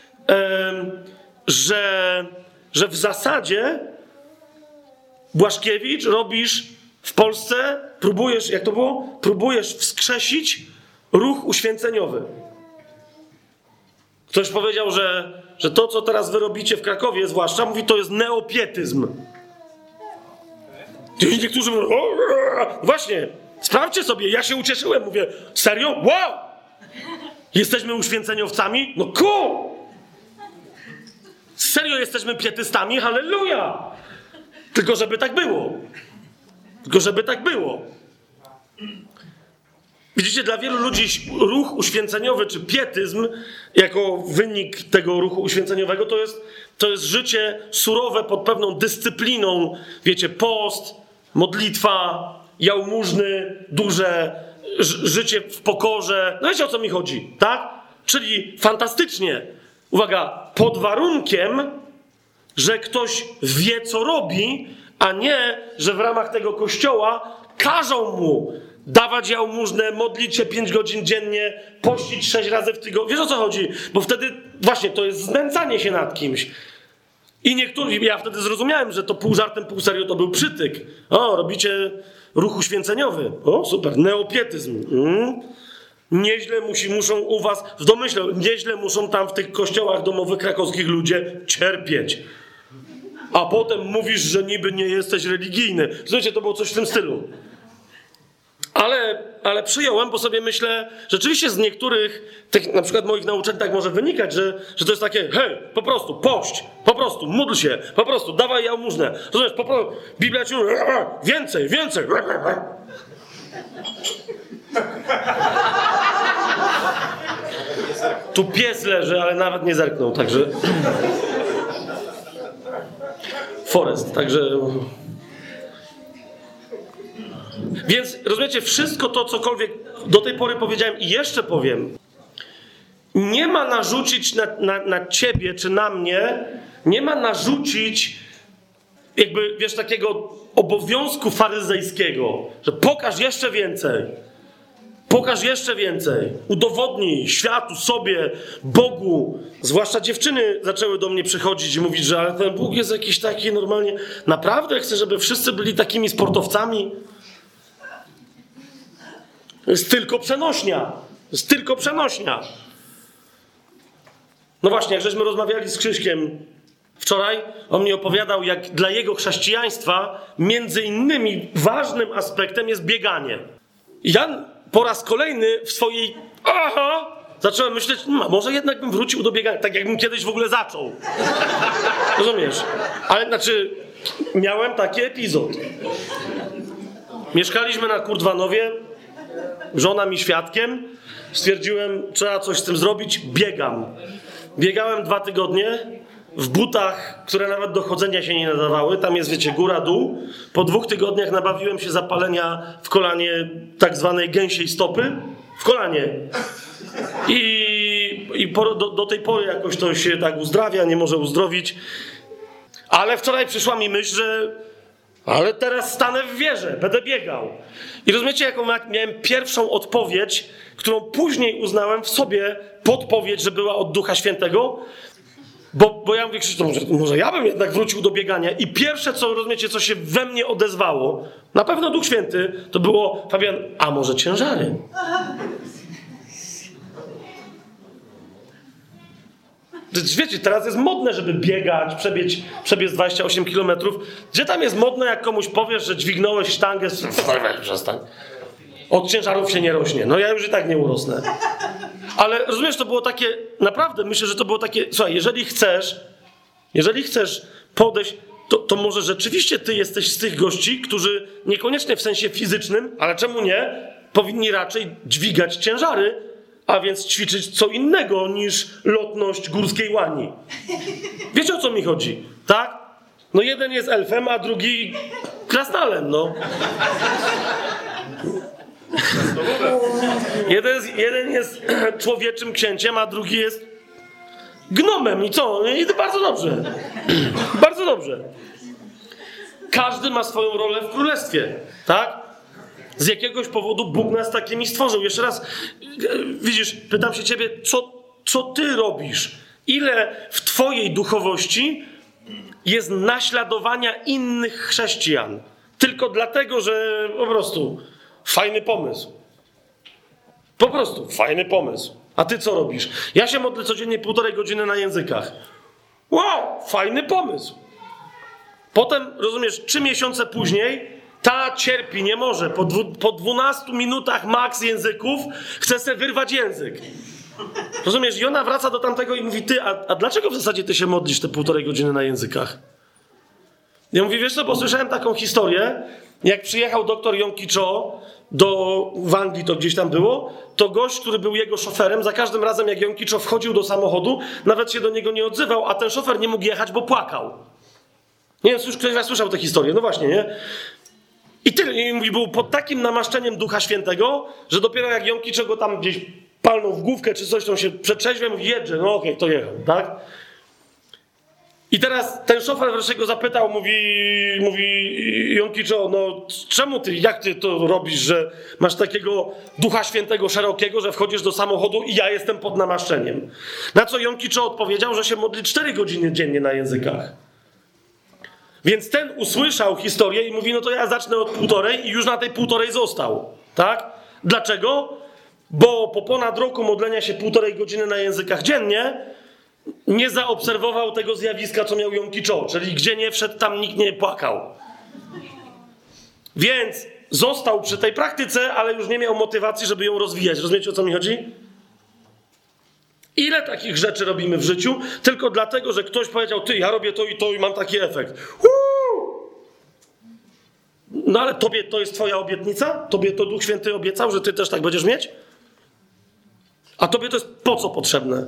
że w zasadzie Błaszkiewicz robisz w Polsce, próbujesz, jak to było? Próbujesz wskrzesić ruch uświęceniowy. Ktoś powiedział, że to, co teraz wy robicie w Krakowie, zwłaszcza, mówi, to jest neopietyzm. Niektórzy mówią, właśnie, sprawdźcie sobie, ja się ucieszyłem, mówię, serio? Wow! Jesteśmy uświęceniowcami? No cool! Serio jesteśmy pietystami? Halleluja! Tylko żeby tak było. Tylko żeby tak było. Widzicie, dla wielu ludzi ruch uświęceniowy czy pietyzm jako wynik tego ruchu uświęceniowego to jest życie surowe pod pewną dyscypliną. Wiecie, post, modlitwa, jałmużny, duże, życie w pokorze. No wiecie, o co mi chodzi, tak? Czyli fantastycznie. Uwaga, pod warunkiem, że ktoś wie, co robi, a nie, że w ramach tego kościoła każą mu dawać jałmużnę, modlić się 5 godzin dziennie, pościć 6 razy w tygodniu. Wiesz, o co chodzi? Bo wtedy właśnie to jest znęcanie się nad kimś. I niektórzy, ja wtedy zrozumiałem, że to pół żartem, pół serio to był przytyk. O, robicie ruch uświęceniowy. O, super, neopietyzm. Nieźle muszą u was, w domyśle, nieźle muszą tam w tych kościołach domowych krakowskich ludzie cierpieć. A potem mówisz, że niby nie jesteś religijny. Słuchajcie, to było coś w tym stylu. Ale przyjąłem, bo sobie myślę, rzeczywiście z niektórych tych, na przykład moich nauczeń tak może wynikać, że to jest takie, hej, po prostu pość, po prostu módl się, po prostu dawaj jałmużnę. Rozumiesz, po prostu Biblia ci mówi, więcej. Tu pies leży, ale nawet nie zerknął, także... Forest, także... Więc, rozumiecie, wszystko to, cokolwiek do tej pory powiedziałem i jeszcze powiem, nie ma narzucić na ciebie czy na mnie, nie ma narzucić jakby, wiesz, takiego obowiązku faryzejskiego, że pokaż jeszcze więcej, udowodnij światu, sobie, Bogu. Zwłaszcza dziewczyny zaczęły do mnie przychodzić i mówić, że ale ten Bóg jest jakiś taki normalnie, naprawdę chcę, żeby wszyscy byli takimi sportowcami. To jest tylko przenośnia. No właśnie, jak żeśmy rozmawiali z Krzyśkiem wczoraj, on mi opowiadał, jak dla jego chrześcijaństwa między innymi ważnym aspektem jest bieganie. I ja po raz kolejny w swojej zacząłem myśleć, może jednak bym wrócił do biegania, tak jakbym kiedyś w ogóle zaczął. Rozumiesz? Ale znaczy, miałem taki epizod. Mieszkaliśmy na Kurdwanowie, żona mi świadkiem, stwierdziłem, trzeba coś z tym zrobić, biegałem 2 tygodnie, w butach, które nawet do chodzenia się nie nadawały. Tam jest, wiecie, góra, dół. Po 2 tygodniach nabawiłem się zapalenia w kolanie tak zwanej gęsiej stopy. W kolanie. Do tej pory jakoś to się tak uzdrawia, nie może uzdrowić. Ale wczoraj przyszła mi myśl, że ale teraz stanę w wierze, będę biegał. I rozumiecie, jaką miałem pierwszą odpowiedź, którą później uznałem w sobie podpowiedź, że była od Ducha Świętego? Bo ja mówię, Krzysztof, może ja bym jednak wrócił do biegania. I pierwsze, co rozumiecie, co się we mnie odezwało, na pewno Duch Święty, to było, Fabian, a może ciężary? Wiecie, teraz jest modne, żeby biegać, przebiec 28 kilometrów. Gdzie tam jest modne, jak komuś powiesz, że dźwignąłeś sztangę? Przestań. Od ciężarów się nie rośnie. No ja już i tak nie urosnę. Ale rozumiesz, to było takie, naprawdę myślę, że to było takie, słuchaj, jeżeli chcesz podejść, to może rzeczywiście ty jesteś z tych gości, którzy niekoniecznie w sensie fizycznym, ale czemu nie, powinni raczej dźwigać ciężary, a więc ćwiczyć co innego niż lotność górskiej łani. Wiecie, o co mi chodzi, tak? No jeden jest elfem, a drugi krasnalem, no. Jeden jest człowieczym księciem, a drugi jest gnomem. I co? I to bardzo dobrze. Bardzo dobrze. Każdy ma swoją rolę w królestwie, tak? Z jakiegoś powodu Bóg nas takimi stworzył. Jeszcze raz, widzisz, pytam się ciebie, co ty robisz? Ile w twojej duchowości jest naśladowania innych chrześcijan? Tylko dlatego, że po prostu fajny pomysł. Po prostu fajny pomysł. A ty co robisz? Ja się modlę codziennie 1,5 godziny na językach. Wow, fajny pomysł. Potem, rozumiesz, 3 miesiące później ta cierpi, nie może. Po 12 minutach maks języków chce sobie wyrwać język. Rozumiesz? I ona wraca do tamtego i mówi, a dlaczego w zasadzie ty się modlisz te 1,5 godziny na językach? Ja mówię, wiesz co, bo słyszałem taką historię, jak przyjechał doktor Yonggi Cho w Anglii, to gdzieś tam było, to gość, który był jego szoferem, za każdym razem jak Yonggi Cho wchodził do samochodu, nawet się do niego nie odzywał, a ten szofer nie mógł jechać, bo płakał. Nie wiem, ktoś z was słyszał tę historię, no właśnie, nie? I tyle, i mówi, był pod takim namaszczeniem Ducha Świętego, że dopiero jak Yonggi Cho go tam gdzieś palnął w główkę czy coś, to się przetrzeźwiał, mówi, jedźże, no okej, to jechał, tak? I teraz ten szofer wreszcie go zapytał, mówi Yonggi Cho, no czemu jak ty to robisz, że masz takiego Ducha Świętego szerokiego, że wchodzisz do samochodu i ja jestem pod namaszczeniem? Na co Yonggi Cho odpowiedział, że się modli 4 godziny dziennie na językach. Więc ten usłyszał historię i mówi, no to ja zacznę od 1,5 i już na tej 1,5 został, tak? Dlaczego? Bo po ponad roku modlenia się 1,5 godziny na językach dziennie nie zaobserwował tego zjawiska, co miał Yonggi Cho, czyli gdzie nie wszedł, tam nikt nie płakał. Więc został przy tej praktyce, ale już nie miał motywacji, żeby ją rozwijać. Rozumiecie, o co mi chodzi? Ile takich rzeczy robimy w życiu? Tylko dlatego, że ktoś powiedział, ja robię to i mam taki efekt. No ale tobie to jest twoja obietnica? Tobie to Duch Święty obiecał, że ty też tak będziesz mieć? A tobie to jest po co potrzebne?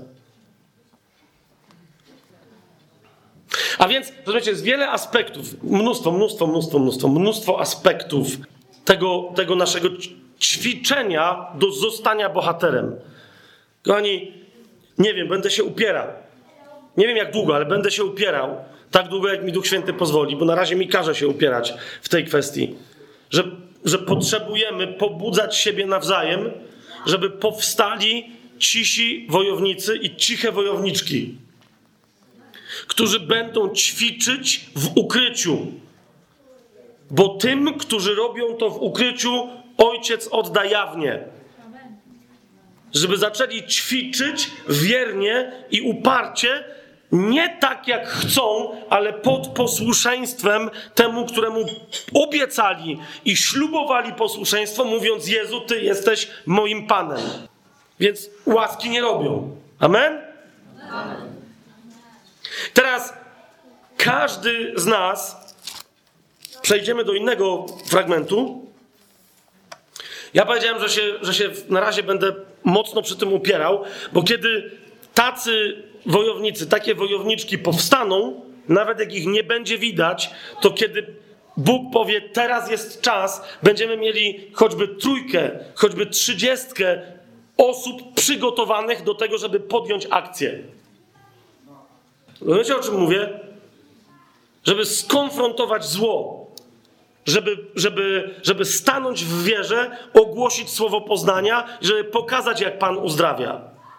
A więc, rozumiecie, jest wiele aspektów, mnóstwo aspektów tego naszego ćwiczenia do zostania bohaterem. Kochani, nie wiem, będę się upierał. Nie wiem jak długo, ale będę się upierał. Tak długo, jak mi Duch Święty pozwoli, bo na razie mi każe się upierać w tej kwestii. Że potrzebujemy pobudzać siebie nawzajem, żeby powstali cisi wojownicy i ciche wojowniczki, którzy będą ćwiczyć w ukryciu. Bo tym, którzy robią to w ukryciu, Ojciec odda jawnie. Żeby zaczęli ćwiczyć wiernie i uparcie, nie tak jak chcą, ale pod posłuszeństwem temu, któremu obiecali i ślubowali posłuszeństwo, mówiąc, Jezu, Ty jesteś moim Panem. Więc łaski nie robią. Amen? Amen. Teraz każdy z nas, przejdziemy do innego fragmentu. Ja powiedziałem, że się na razie będę mocno przy tym upierał, bo kiedy tacy wojownicy, takie wojowniczki powstaną, nawet jak ich nie będzie widać, to kiedy Bóg powie, teraz jest czas, będziemy mieli choćby 3, choćby 30 osób przygotowanych do tego, żeby podjąć akcję. Wiecie, o czym mówię? Żeby skonfrontować zło. Żeby stanąć w wierze, ogłosić słowo poznania, żeby pokazać, jak Pan uzdrawia.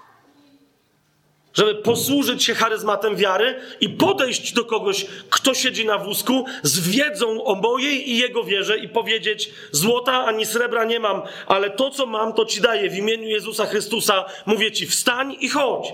Żeby posłużyć się charyzmatem wiary i podejść do kogoś, kto siedzi na wózku, z wiedzą o mojej i jego wierze i powiedzieć: złota ani srebra nie mam, ale to, co mam, to ci daję. W imieniu Jezusa Chrystusa mówię ci, wstań i chodź.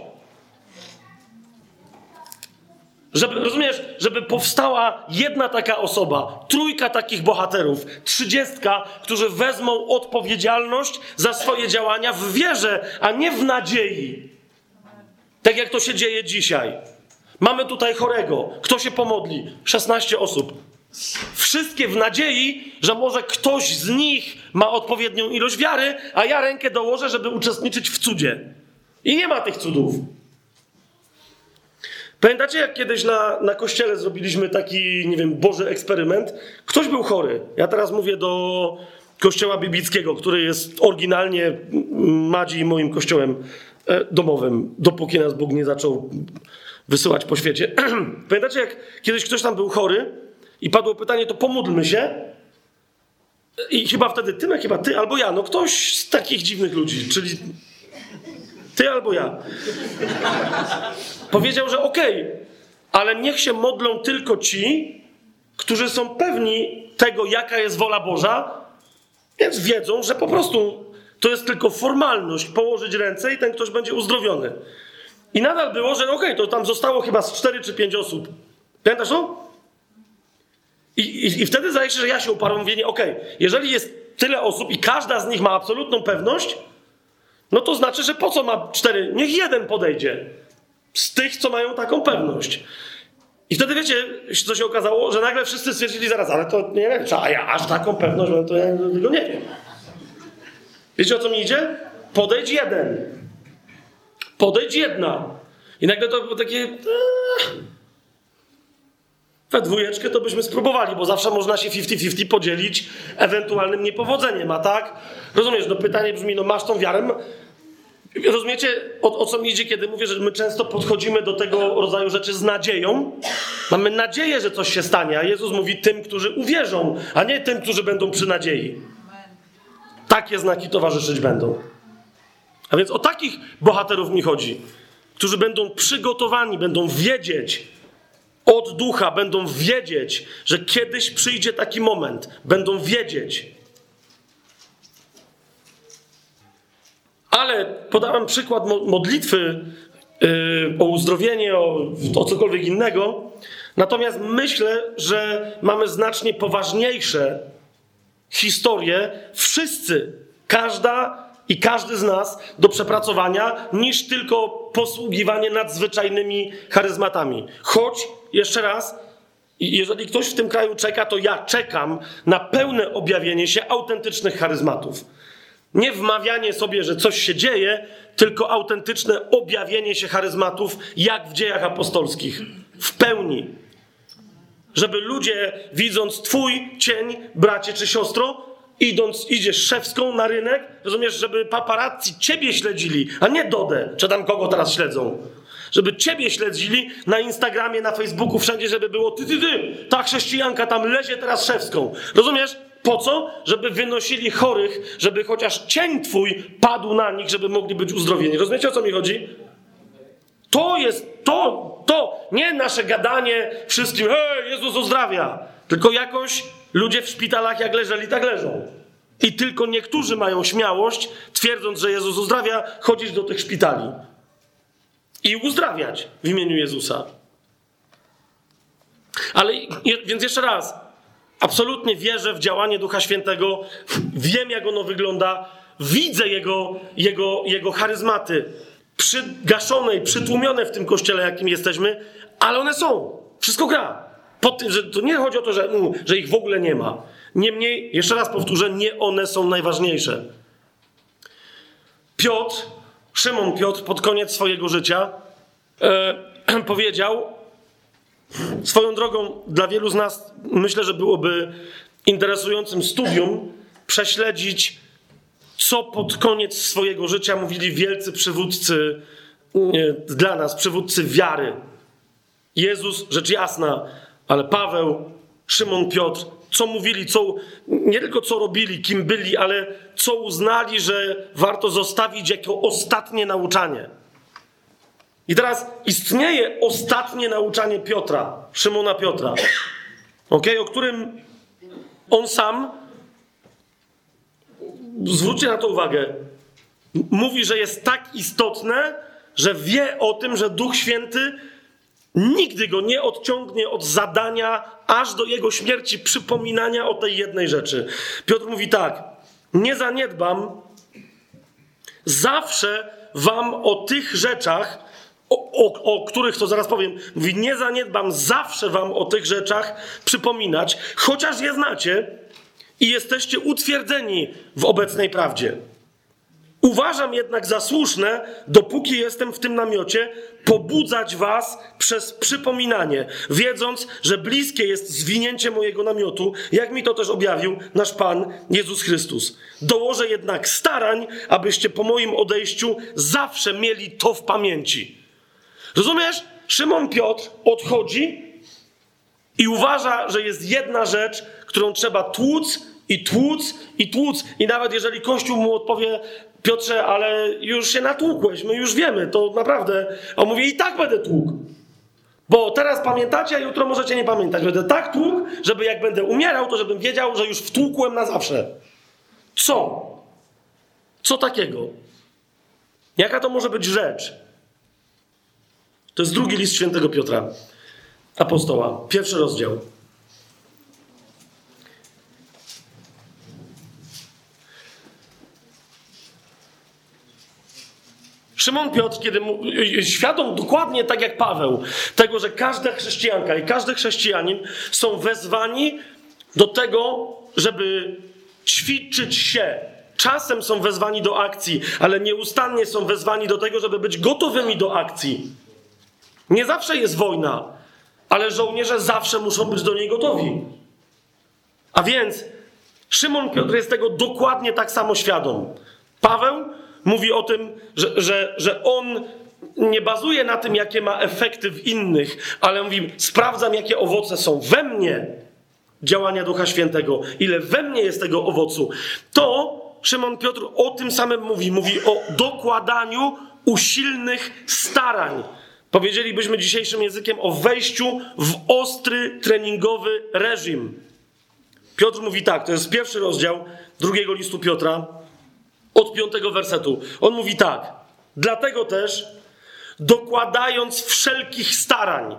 Rozumiesz, żeby powstała jedna taka osoba, 3 takich bohaterów, 30, którzy wezmą odpowiedzialność za swoje działania w wierze, a nie w nadziei. Tak jak to się dzieje dzisiaj. Mamy tutaj chorego. Kto się pomodli? 16 osób. Wszystkie w nadziei, że może ktoś z nich ma odpowiednią ilość wiary, a ja rękę dołożę, żeby uczestniczyć w cudzie. I nie ma tych cudów. Pamiętacie, jak kiedyś na kościele zrobiliśmy taki, nie wiem, Boży eksperyment? Ktoś był chory. Ja teraz mówię do kościoła biblickiego, który jest oryginalnie Madzi i moim kościołem domowym, dopóki nas Bóg nie zaczął wysyłać po świecie. Pamiętacie, jak kiedyś ktoś tam był chory i padło pytanie, to pomódlmy się. I chyba wtedy chyba ty albo ja, no ktoś z takich dziwnych ludzi, czyli ty albo ja. Powiedział, że okej, ale niech się modlą tylko ci, którzy są pewni tego, jaka jest wola Boża, więc wiedzą, że po prostu to jest tylko formalność, położyć ręce i ten ktoś będzie uzdrowiony. I nadal było, że okej, to tam zostało chyba z 4 czy 5 osób. Pamiętasz to? I wtedy zdaje się, że ja się uparłem, mówię, okej, jeżeli jest tyle osób i każda z nich ma absolutną pewność, no to znaczy, że po co ma 4? Niech jeden podejdzie z tych, co mają taką pewność. I wtedy wiecie, co się okazało, że nagle wszyscy stwierdzili zaraz, ale to nie wiem, a ja aż taką pewność, to ja tego nie wiem. Wiecie, o co mi idzie? Podejdź jeden. Podejdź jedna. I nagle to było takie... We 2 to byśmy spróbowali, bo zawsze można się 50-50 podzielić ewentualnym niepowodzeniem, a tak? Rozumiesz, no pytanie brzmi, no masz tą wiarę? Rozumiecie, o co mi idzie, kiedy mówię, że my często podchodzimy do tego rodzaju rzeczy z nadzieją? Mamy nadzieję, że coś się stanie, a Jezus mówi tym, którzy uwierzą, a nie tym, którzy będą przy nadziei. Takie znaki towarzyszyć będą. A więc o takich bohaterów mi chodzi, którzy będą przygotowani, będą wiedzieć od ducha, będą wiedzieć, że kiedyś przyjdzie taki moment, będą wiedzieć. Ale podałem przykład modlitwy o uzdrowienie, o cokolwiek innego. Natomiast myślę, że mamy znacznie poważniejsze historie, wszyscy, każda i każdy z nas do przepracowania, niż tylko posługiwanie nadzwyczajnymi charyzmatami. Choć, jeszcze raz, jeżeli ktoś w tym kraju czeka, to ja czekam na pełne objawienie się autentycznych charyzmatów. Nie wmawianie sobie, że coś się dzieje, tylko autentyczne objawienie się charyzmatów, jak w Dziejach Apostolskich. W pełni. Żeby ludzie, widząc twój cień, bracie czy siostro, idziesz szewską na rynek, rozumiesz, żeby paparazzi ciebie śledzili, a nie Dodę, czy tam kogo teraz śledzą. Żeby ciebie śledzili na Instagramie, na Facebooku, wszędzie, żeby było ty, ta chrześcijanka tam lezie teraz szewską. Rozumiesz? Po co? Żeby wynosili chorych, żeby chociaż cień twój padł na nich, żeby mogli być uzdrowieni. Rozumiecie, o co mi chodzi? To jest to, nie nasze gadanie wszystkim, hej, Jezus uzdrawia, tylko jakoś ludzie w szpitalach jak leżeli, tak leżą. I tylko niektórzy mają śmiałość, twierdząc, że Jezus uzdrawia, chodzić do tych szpitali i uzdrawiać w imieniu Jezusa. Ale, więc jeszcze raz, absolutnie wierzę w działanie Ducha Świętego, wiem, jak ono wygląda, widzę jego charyzmaty, przygaszone i przytłumione w tym kościele, jakim jesteśmy, ale one są. Wszystko gra. Że to nie chodzi o to, że ich w ogóle nie ma. Niemniej, jeszcze raz powtórzę, nie one są najważniejsze. Szymon Piotr pod koniec swojego życia powiedział, swoją drogą dla wielu z nas myślę, że byłoby interesującym studium prześledzić, co pod koniec swojego życia mówili wielcy przywódcy dla nas, przywódcy wiary. Jezus, rzecz jasna, ale Paweł, Szymon Piotr, co mówili, nie tylko co robili, kim byli, ale co uznali, że warto zostawić jako ostatnie nauczanie. I teraz istnieje ostatnie nauczanie Piotra, Szymona Piotra, o którym on sam, zwróćcie na to uwagę, mówi, że jest tak istotne, że wie o tym, że Duch Święty nigdy go nie odciągnie od zadania, aż do jego śmierci, przypominania o tej jednej rzeczy. Piotr mówi tak: nie zaniedbam zawsze wam o tych rzeczach, o których to zaraz powiem. Mówi, nie zaniedbam zawsze wam o tych rzeczach przypominać, chociaż je znacie i jesteście utwierdzeni w obecnej prawdzie. Uważam jednak za słuszne, dopóki jestem w tym namiocie, pobudzać was przez przypominanie, wiedząc, że bliskie jest zwinięcie mojego namiotu, jak mi to też objawił nasz Pan Jezus Chrystus. Dołożę jednak starań, abyście po moim odejściu zawsze mieli to w pamięci. Rozumiesz? Szymon Piotr odchodzi i uważa, że jest jedna rzecz, którą trzeba tłuc i tłuc i tłuc. I nawet jeżeli Kościół mu odpowie: Piotrze, ale już się natłukłeś, my już wiemy, to naprawdę. A on mówi: i tak będę tłukł. Bo teraz pamiętacie, a jutro możecie nie pamiętać. Będę tak tłukł, żeby jak będę umierał, to żebym wiedział, że już wtłukłem na zawsze. Co? Co takiego? Jaka to może być rzecz? To jest drugi list świętego Piotra, apostoła, 1 rozdział. Szymon Piotr, kiedy świadom dokładnie tak jak Paweł, tego, że każda chrześcijanka i każdy chrześcijanin są wezwani do tego, żeby ćwiczyć się. Czasem są wezwani do akcji, ale nieustannie są wezwani do tego, żeby być gotowymi do akcji. Nie zawsze jest wojna, ale żołnierze zawsze muszą być do niej gotowi. A więc Szymon Piotr jest tego dokładnie tak samo świadom. Paweł mówi o tym, że on nie bazuje na tym, jakie ma efekty w innych, ale mówi: sprawdzam, jakie owoce są we mnie działania Ducha Świętego, ile we mnie jest tego owocu. To Szymon Piotr o tym samym mówi. Mówi o dokładaniu usilnych starań. Powiedzielibyśmy dzisiejszym językiem o wejściu w ostry, treningowy reżim. Piotr mówi tak, to jest 1 rozdział 2 listu Piotra, od 5 wersetu. On mówi tak: dlatego też, dokładając wszelkich starań.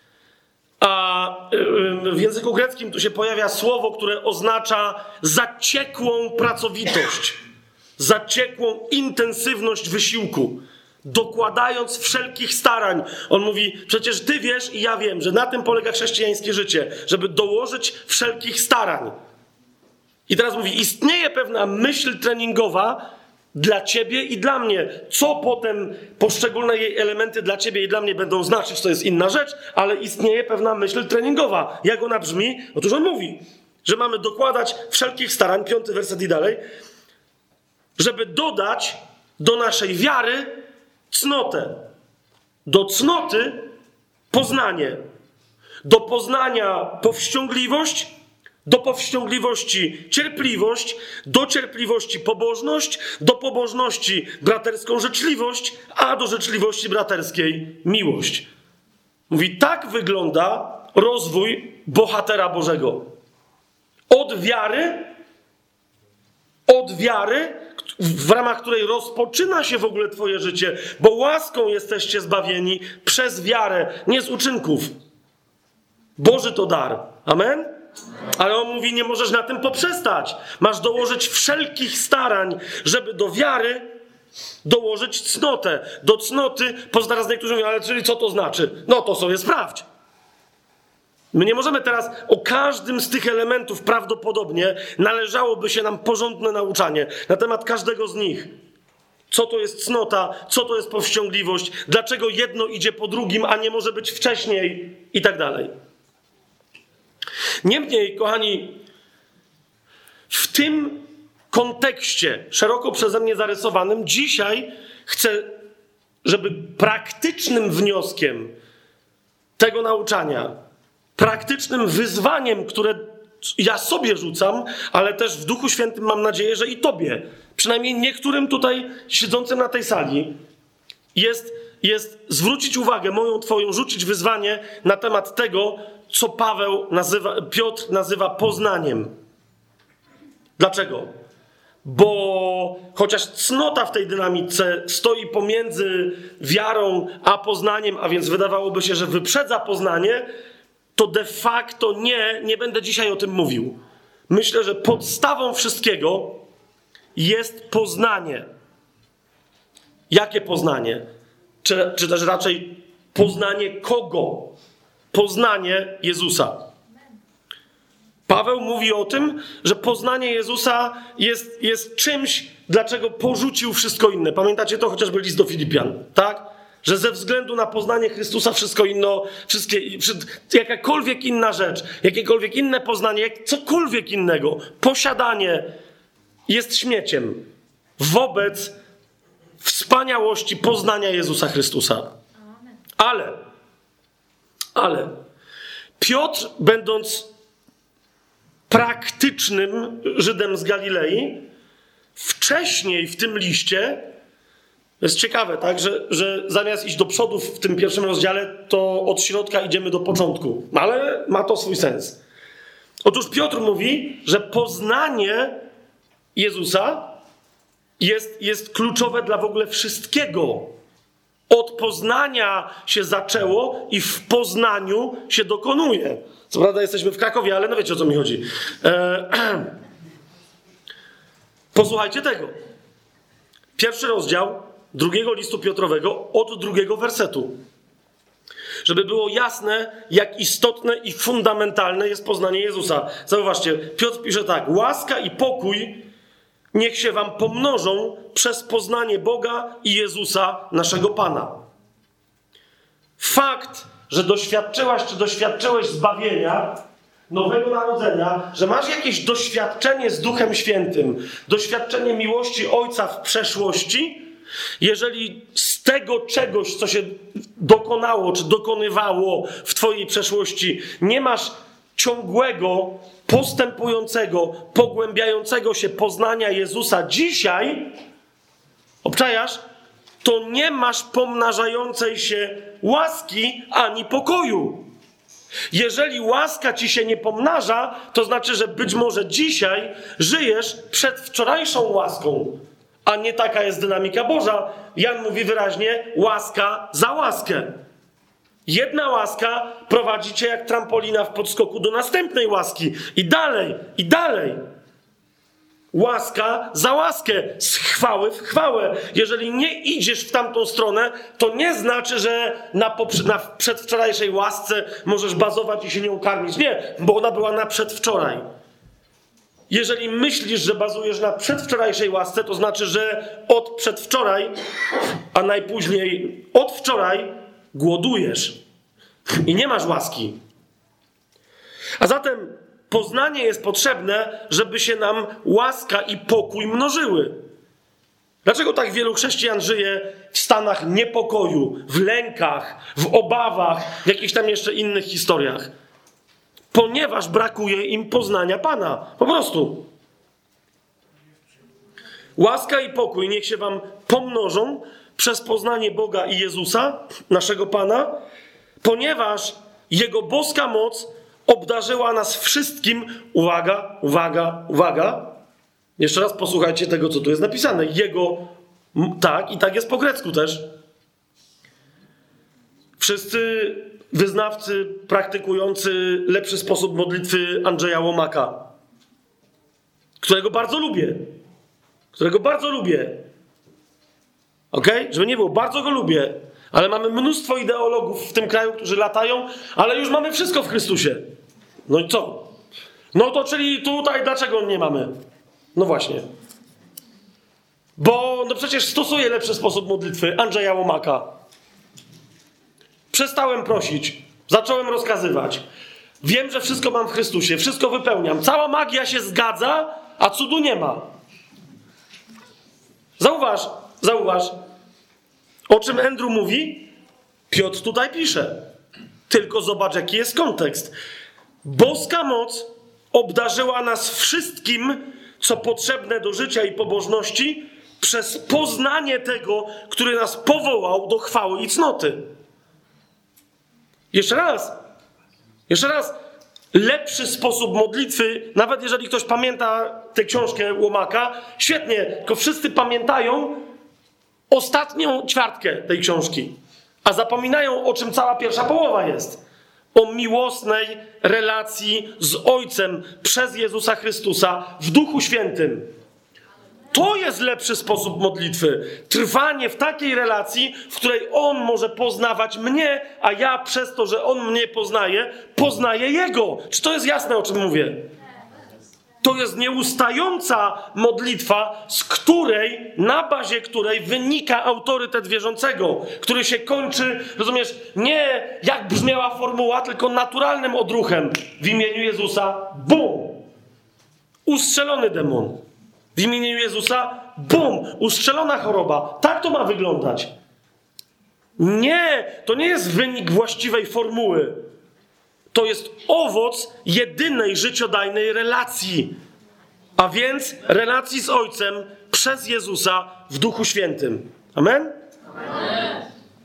A w języku greckim tu się pojawia słowo, które oznacza zaciekłą pracowitość, zaciekłą intensywność wysiłku. Dokładając wszelkich starań. On mówi: przecież ty wiesz i ja wiem, że na tym polega chrześcijańskie życie, żeby dołożyć wszelkich starań. I teraz mówi: istnieje pewna myśl treningowa dla ciebie i dla mnie. Co potem poszczególne jej elementy dla ciebie i dla mnie będą znaczyć, to jest inna rzecz, ale istnieje pewna myśl treningowa. Jak ona brzmi? Otóż on mówi, że mamy dokładać wszelkich starań, 5 werset i dalej, żeby dodać do naszej wiary cnotę. Do cnoty poznanie. Do poznania powściągliwość, do powściągliwości cierpliwość, do cierpliwości pobożność, do pobożności braterską życzliwość, a do życzliwości braterskiej miłość. Mówi: tak wygląda rozwój bohatera Bożego. Od wiary, w ramach której rozpoczyna się w ogóle twoje życie, bo łaską jesteście zbawieni przez wiarę, nie z uczynków. Boży to dar. Amen? Ale on mówi: nie możesz na tym poprzestać. Masz dołożyć wszelkich starań, żeby do wiary dołożyć cnotę. Do cnoty, zaraz niektórzy mówią: ale czyli co to znaczy? No to sobie sprawdź. My nie możemy teraz o każdym z tych elementów, prawdopodobnie należałoby się nam porządne nauczanie na temat każdego z nich. co to jest cnota, co to jest powściągliwość, dlaczego jedno idzie po drugim, a nie może być wcześniej i tak dalej. Niemniej, kochani, w tym kontekście, szeroko przeze mnie zarysowanym, dzisiaj chcę, żeby praktycznym wnioskiem tego nauczania, praktycznym wyzwaniem, które ja sobie rzucam, ale też w Duchu Świętym mam nadzieję, że i tobie, przynajmniej niektórym tutaj siedzącym na tej sali, jest zwrócić uwagę moją, twoją, rzucić wyzwanie na temat tego, co Piotr nazywa poznaniem. Dlaczego? Bo chociaż cnota w tej dynamice stoi pomiędzy wiarą a poznaniem, a więc wydawałoby się, że wyprzedza poznanie, to de facto nie będę dzisiaj o tym mówił. Myślę, że podstawą wszystkiego jest poznanie. Jakie poznanie? Czy też raczej poznanie kogo? Poznanie Jezusa. Paweł mówi o tym, że poznanie Jezusa jest czymś, dlaczego porzucił wszystko inne. Pamiętacie to? Chociażby list do Filipian, tak? Że ze względu na poznanie Chrystusa wszystko inno, jakakolwiek inna rzecz, jakiekolwiek inne poznanie, cokolwiek innego, posiadanie jest śmieciem wobec wspaniałości poznania Jezusa Chrystusa. Ale Piotr, będąc praktycznym Żydem z Galilei, wcześniej w tym liście, to jest ciekawe, tak, że zamiast iść do przodu w tym pierwszym rozdziale, to od środka idziemy do początku. Ale ma to swój sens. Otóż Piotr mówi, że poznanie Jezusa jest kluczowe dla w ogóle wszystkiego. Od poznania się zaczęło i w poznaniu się dokonuje. Co prawda jesteśmy w Krakowie, ale no wiecie, o co mi chodzi. Posłuchajcie tego. Pierwszy rozdział drugiego listu Piotrowego od 2 wersetu. Żeby było jasne, jak istotne i fundamentalne jest poznanie Jezusa. Zauważcie, Piotr pisze tak. Łaska i pokój niech się wam pomnożą przez poznanie Boga i Jezusa, naszego Pana. Fakt, że doświadczyłaś czy doświadczyłeś zbawienia, nowego narodzenia, że masz jakieś doświadczenie z Duchem Świętym, doświadczenie miłości Ojca w przeszłości, jeżeli z tego czegoś, co się dokonało czy dokonywało w twojej przeszłości, nie masz ciągłego, postępującego, pogłębiającego się poznania Jezusa dzisiaj, obczajasz, to nie masz pomnażającej się łaski ani pokoju. Jeżeli łaska ci się nie pomnaża, to znaczy, że być może dzisiaj żyjesz przed wczorajszą łaską, a nie taka jest dynamika Boża. Jan mówi wyraźnie, łaska za łaskę. Jedna łaska prowadzi cię jak trampolina w podskoku do następnej łaski. I dalej, i dalej. Łaska za łaskę, z chwały w chwałę. Jeżeli nie idziesz w tamtą stronę, to nie znaczy, że na przedwczorajszej łasce możesz bazować i się nią karmić. Nie, bo ona była na przedwczoraj. Jeżeli myślisz, że bazujesz na przedwczorajszej łasce, to znaczy, że od przedwczoraj, a najpóźniej od wczoraj głodujesz i nie masz łaski. A zatem poznanie jest potrzebne, żeby się nam łaska i pokój mnożyły. Dlaczego tak wielu chrześcijan żyje w stanach niepokoju, w lękach, w obawach, w jakichś tam jeszcze innych historiach? Ponieważ brakuje im poznania Pana. Po prostu. Łaska i pokój niech się wam pomnożą przez poznanie Boga i Jezusa, naszego Pana, ponieważ Jego boska moc obdarzyła nas wszystkim, uwaga, uwaga, uwaga, jeszcze raz posłuchajcie tego, co tu jest napisane, tak, i tak jest po grecku też. Wszyscy wyznawcy praktykujący lepszy sposób modlitwy Andrzeja Łomaka, którego bardzo lubię, okej? Żeby nie było, bardzo go lubię, ale mamy mnóstwo ideologów w tym kraju, którzy latają, ale już mamy wszystko w Chrystusie. No i co? No to czyli tutaj dlaczego nie mamy? No właśnie. Bo no przecież stosuję lepszy sposób modlitwy Andrzeja Łomaka. Przestałem prosić. Zacząłem rozkazywać. Wiem, że wszystko mam w Chrystusie. Wszystko wypełniam. Cała magia się zgadza, a cudu nie ma. Zauważ. O czym Andrew mówi? Piotr tutaj pisze. Tylko zobacz, jaki jest kontekst. Boska moc obdarzyła nas wszystkim, co potrzebne do życia i pobożności, przez poznanie tego, który nas powołał do chwały i cnoty. Jeszcze raz. Lepszy sposób modlitwy, nawet jeżeli ktoś pamięta tę książkę Łomaka, świetnie, tylko wszyscy pamiętają ostatnią ćwiartkę tej książki, a zapominają, o czym cała pierwsza połowa jest. O miłosnej relacji z Ojcem przez Jezusa Chrystusa w Duchu Świętym. To jest lepszy sposób modlitwy. Trwanie w takiej relacji, w której On może poznawać mnie, a ja przez to, że On mnie poznaję Jego. Czy to jest jasne, o czym mówię? To jest nieustająca modlitwa, na bazie której wynika autorytet wierzącego, który się kończy, rozumiesz, nie jak brzmiała formuła, tylko naturalnym odruchem. W imieniu Jezusa, bum! Ustrzelony demon. W imieniu Jezusa, bum! Ustrzelona choroba. Tak to ma wyglądać. Nie, to nie jest wynik właściwej formuły. To jest owoc jedynej życiodajnej relacji. A więc relacji z Ojcem przez Jezusa w Duchu Świętym. Amen? Amen.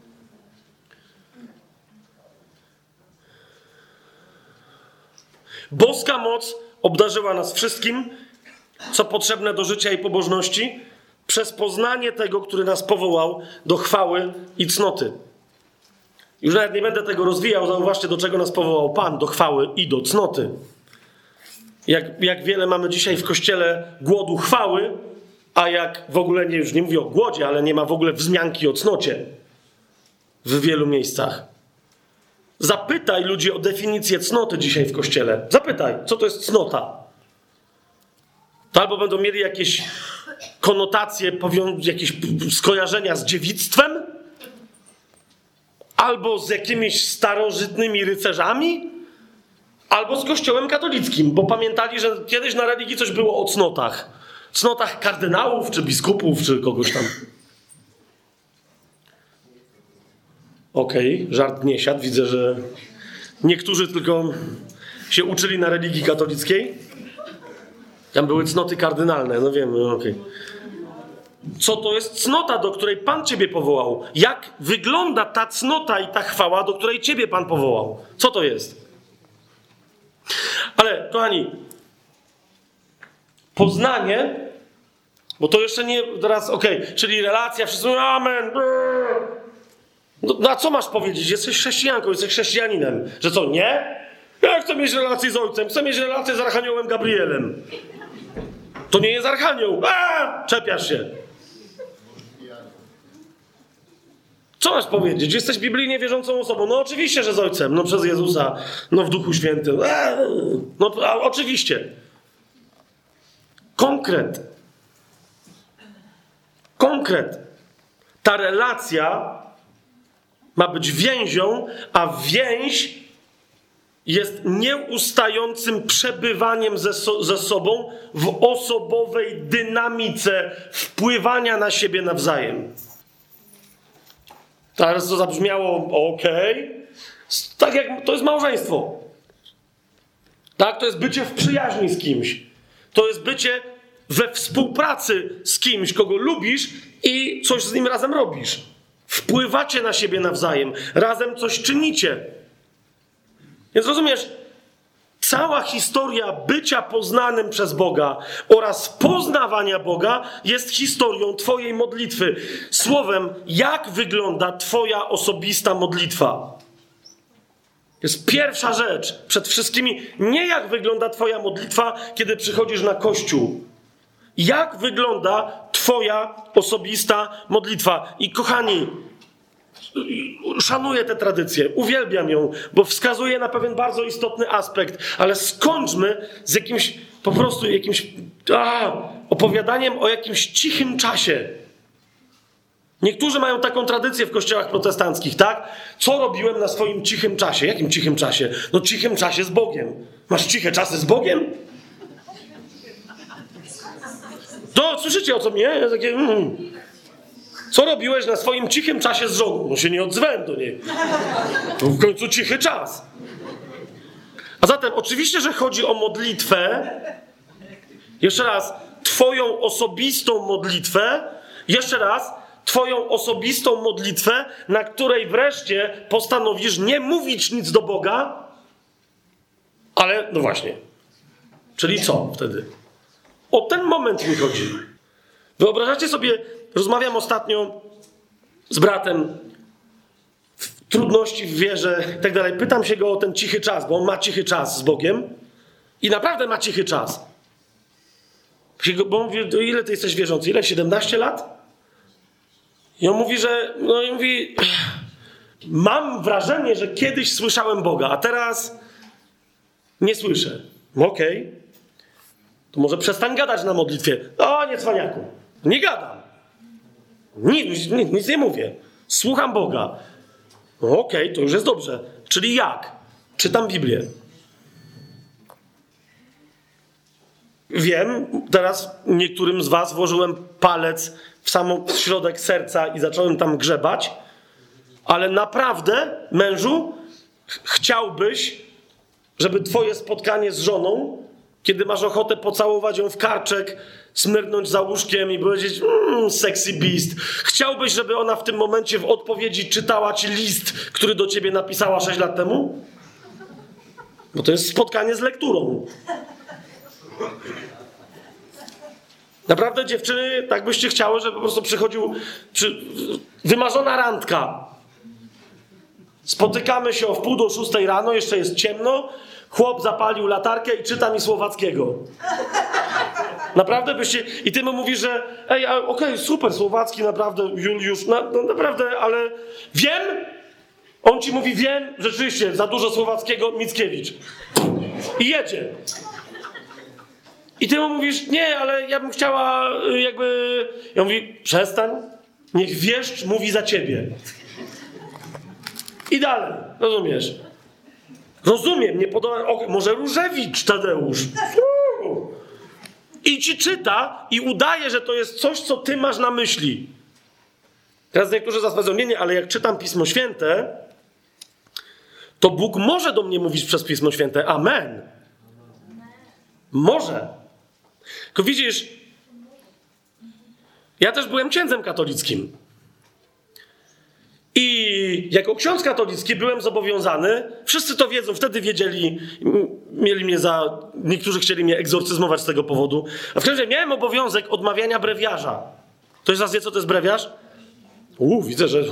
Boska moc obdarzyła nas wszystkim, co potrzebne do życia i pobożności, przez poznanie tego, który nas powołał do chwały i cnoty. Już nawet nie będę tego rozwijał, zauważcie, do czego nas powołał Pan, do chwały i do cnoty. Jak wiele mamy dzisiaj w Kościele głodu chwały, a jak w ogóle, już nie mówię o głodzie, ale nie ma w ogóle wzmianki o cnocie w wielu miejscach. Zapytaj ludzi o definicję cnoty dzisiaj w Kościele. Zapytaj, co to jest cnota. To albo będą mieli jakieś konotacje, jakieś skojarzenia z dziewictwem, albo z jakimiś starożytnymi rycerzami, albo z Kościołem katolickim, bo pamiętali, że kiedyś na religii coś było o cnotach. Cnotach kardynałów, czy biskupów, czy kogoś tam. Okej, żart nie siadł. Widzę, że niektórzy tylko się uczyli na religii katolickiej. Tam były cnoty kardynalne, no wiemy, okej. Co to jest cnota, do której Pan ciebie powołał? Jak wygląda ta cnota i ta chwała, do której ciebie Pan powołał? Co to jest? Ale, kochani, poznanie, bo to jeszcze nie, teraz, czyli relacja, wszyscy mówią, amen. No a co masz powiedzieć? Jesteś chrześcijanką, jesteś chrześcijaninem. Że co, nie? Ja chcę mieć relację z Ojcem, chcę mieć relację z Archaniołem Gabrielem. To nie jest Archanioł. Czepiasz się. Co masz powiedzieć? Jesteś biblijnie wierzącą osobą. No oczywiście, że z Ojcem. No przez Jezusa. No w Duchu Świętym. No oczywiście. Konkret. Ta relacja ma być więzią, a więź jest nieustającym przebywaniem ze sobą w osobowej dynamice wpływania na siebie nawzajem. Teraz to zabrzmiało tak jak to jest małżeństwo. Tak, to jest bycie w przyjaźni z kimś. To jest bycie we współpracy z kimś, kogo lubisz i coś z nim razem robisz. Wpływacie na siebie nawzajem, razem coś czynicie. Więc rozumiesz, cała historia bycia poznanym przez Boga oraz poznawania Boga jest historią twojej modlitwy. Słowem, jak wygląda twoja osobista modlitwa? To jest pierwsza rzecz przed wszystkimi. Nie jak wygląda twoja modlitwa, kiedy przychodzisz na kościół. Jak wygląda twoja osobista modlitwa? I kochani, Szanuję tę tradycję, uwielbiam ją, bo wskazuje na pewien bardzo istotny aspekt, ale skończmy z jakimś, po prostu jakimś opowiadaniem o jakimś cichym czasie. Niektórzy mają taką tradycję w kościołach protestanckich, tak? Co robiłem na swoim cichym czasie? Jakim cichym czasie? No cichym czasie z Bogiem. Masz ciche czasy z Bogiem? To słyszycie o co mnie? Takie, Co robiłeś na swoim cichym czasie z żoną? No się nie odzwałem do niej. To w końcu cichy czas. A zatem oczywiście, że chodzi o modlitwę. Jeszcze raz, twoją osobistą modlitwę. Jeszcze raz, twoją osobistą modlitwę, na której wreszcie postanowisz nie mówić nic do Boga, ale no właśnie. Czyli co wtedy? O ten moment mi chodzi. Wyobrażacie sobie, rozmawiam ostatnio z bratem w trudności w wierze i tak dalej. Pytam się go o ten cichy czas, bo on ma cichy czas z Bogiem i naprawdę ma cichy czas. Bo on mówi, ile ty jesteś wierzący? Ile? 17 lat? I on mówi, że mam wrażenie, że kiedyś słyszałem Boga, a teraz nie słyszę. Okej. To może przestań gadać na modlitwie. O, nie cwaniaku. Nie gadam. Nic nie mówię. Słucham Boga. Okej, to już jest dobrze. Czyli jak? Czytam Biblię. Wiem, teraz niektórym z was włożyłem palec w środek serca i zacząłem tam grzebać, ale naprawdę, mężu, chciałbyś, żeby twoje spotkanie z żoną, kiedy masz ochotę pocałować ją w karczek, smyrnąć za łóżkiem i powiedzieć sexy beast, chciałbyś, żeby ona w tym momencie w odpowiedzi czytała ci list, który do ciebie napisała 6 lat temu? Bo to jest spotkanie z lekturą. Naprawdę, dziewczyny, tak byście chciały, żeby po prostu wymarzona randka. Spotykamy się o 5:45 rano, jeszcze jest ciemno, chłop zapalił latarkę i czyta mi Słowackiego. Naprawdę byście... I ty mu mówisz, że okej, super, Słowacki, naprawdę, Juliusz, naprawdę, ale wiem? On ci mówi, wiem, rzeczywiście, za dużo Słowackiego, Mickiewicz. I jedzie. I ty mu mówisz, nie, ale ja bym chciała jakby... Ja mówi, przestań, niech wieszcz mówi za ciebie. I dalej, rozumiesz? Rozumiem, nie podoba... może Różewicz, Tadeusz. I ci czyta i udaje, że to jest coś, co ty masz na myśli. Teraz niektórzy powiedzą, nie, ale jak czytam Pismo Święte, to Bóg może do mnie mówić przez Pismo Święte. Amen. Może. Tylko widzisz, ja też byłem księdzem katolickim. I jako ksiądz katolicki byłem zobowiązany, wszyscy to wiedzą, wtedy wiedzieli, niektórzy chcieli mnie egzorcyzmować z tego powodu, a w każdym razie miałem obowiązek odmawiania brewiarza. Ktoś z was wie, co to jest brewiarz? Widzę, że...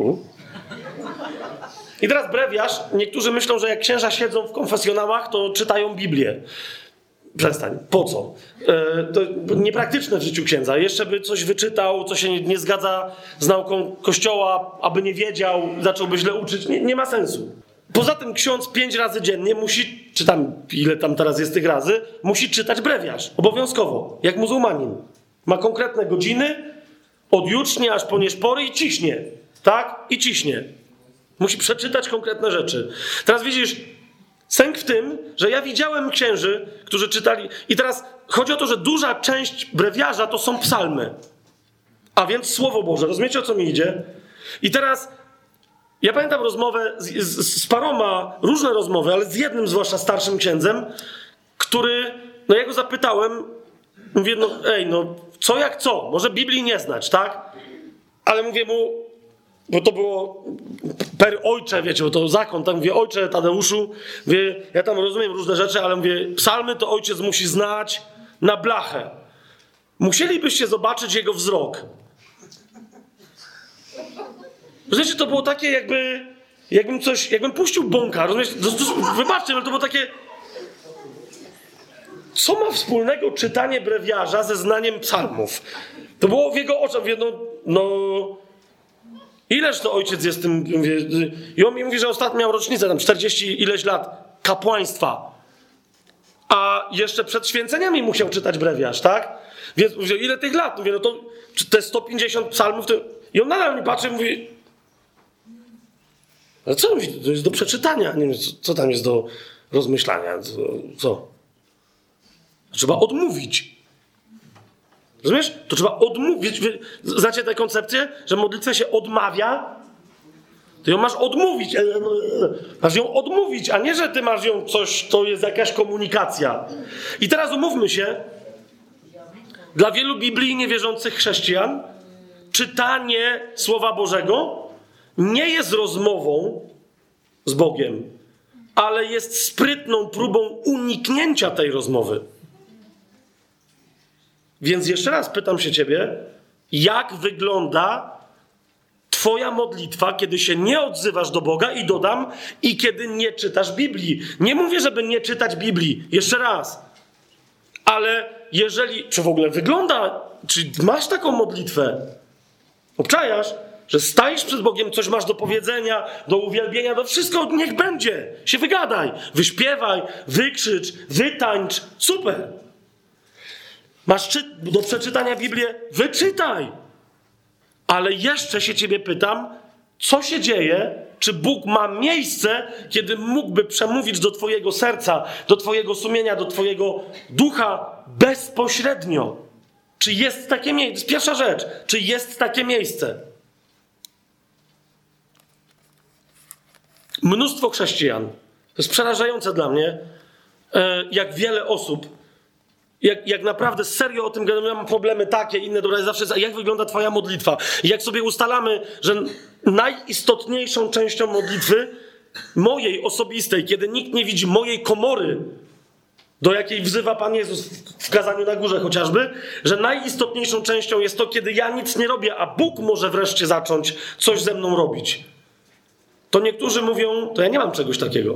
I teraz brewiarz, niektórzy myślą, że jak księża siedzą w konfesjonałach, to czytają Biblię. Przestań. Po co? To niepraktyczne w życiu księdza. Jeszcze by coś wyczytał, co się nie zgadza z nauką Kościoła, aby nie wiedział, zacząłby źle uczyć. Nie ma sensu. Poza tym ksiądz 5 razy dziennie musi, czy tam ile tam teraz jest tych razy, musi czytać brewiarz. Obowiązkowo. Jak muzułmanin. Ma konkretne godziny, od jucznie aż po nieszpory i ciśnie. Tak? I ciśnie. Musi przeczytać konkretne rzeczy. Teraz widzisz... Sęk w tym, że ja widziałem księży, którzy czytali... I teraz chodzi o to, że duża część brewiarza to są psalmy. A więc Słowo Boże. Rozumiecie, o co mi idzie? I teraz ja pamiętam rozmowę z paroma, różne rozmowy, ale z jednym zwłaszcza starszym księdzem, który... ja go zapytałem, mówię, co jak co? Może Biblii nie znać, tak? Ale mówię mu... Bo to było per ojcze, wiecie, bo to zakon, tak mówię, ojcze Tadeuszu, mówię, ja tam rozumiem różne rzeczy, ale mówię, psalmy to ojciec musi znać na blachę. Musielibyście zobaczyć jego wzrok. Rozumiecie, to było takie jakbym puścił bąka, rozumiecie, wybaczcie, ale to było takie, co ma wspólnego czytanie brewiarza ze znaniem psalmów? To było w jego oczach, mówię, Ileż to ojciec jest tym, mówię, i on mi mówi, że ostatnio miał rocznicę, tam 40 ileś lat kapłaństwa. A jeszcze przed święceniami musiał czytać brewiarz, tak? Więc mówię, ile tych lat? Mówię, no to te 150 psalmów, to... I on nadal mi patrzy i mówi, ale co? To jest do przeczytania, nie wiem, co tam jest do rozmyślania, co? Trzeba odmówić. Rozumiesz? To trzeba odmówić. Znacie tę koncepcję, że modlitwę się odmawia? Ty ją masz odmówić. Masz ją odmówić, a nie, że ty masz ją coś, to jest jakaś komunikacja. I teraz umówmy się, dla wielu biblijnie wierzących chrześcijan czytanie Słowa Bożego nie jest rozmową z Bogiem, ale jest sprytną próbą uniknięcia tej rozmowy. Więc jeszcze raz pytam się ciebie, jak wygląda twoja modlitwa, kiedy się nie odzywasz do Boga i dodam, i kiedy nie czytasz Biblii. Nie mówię, żeby nie czytać Biblii. Jeszcze raz. Ale jeżeli, czy w ogóle wygląda, czy masz taką modlitwę, obczajasz, że stajesz przed Bogiem, coś masz do powiedzenia, do uwielbienia, do wszystko, niech będzie. Się wygadaj, wyśpiewaj, wykrzycz, wytańcz. Super. Masz do przeczytania Biblię? Wyczytaj. Ale jeszcze się ciebie pytam, co się dzieje, czy Bóg ma miejsce, kiedy mógłby przemówić do twojego serca, do twojego sumienia, do twojego ducha bezpośrednio? Czy jest takie miejsce? To jest pierwsza rzecz. Czy jest takie miejsce? Mnóstwo chrześcijan, to jest przerażające dla mnie, jak wiele osób, jak naprawdę serio o tym gadam, ja mam problemy takie, inne, dobra, zawsze jest, a jak wygląda twoja modlitwa? I jak sobie ustalamy, że najistotniejszą częścią modlitwy, mojej osobistej, kiedy nikt nie widzi mojej komory, do jakiej wzywa Pan Jezus w kazaniu na górze chociażby, że najistotniejszą częścią jest to, kiedy ja nic nie robię, a Bóg może wreszcie zacząć coś ze mną robić. To niektórzy mówią, to ja nie mam czegoś takiego.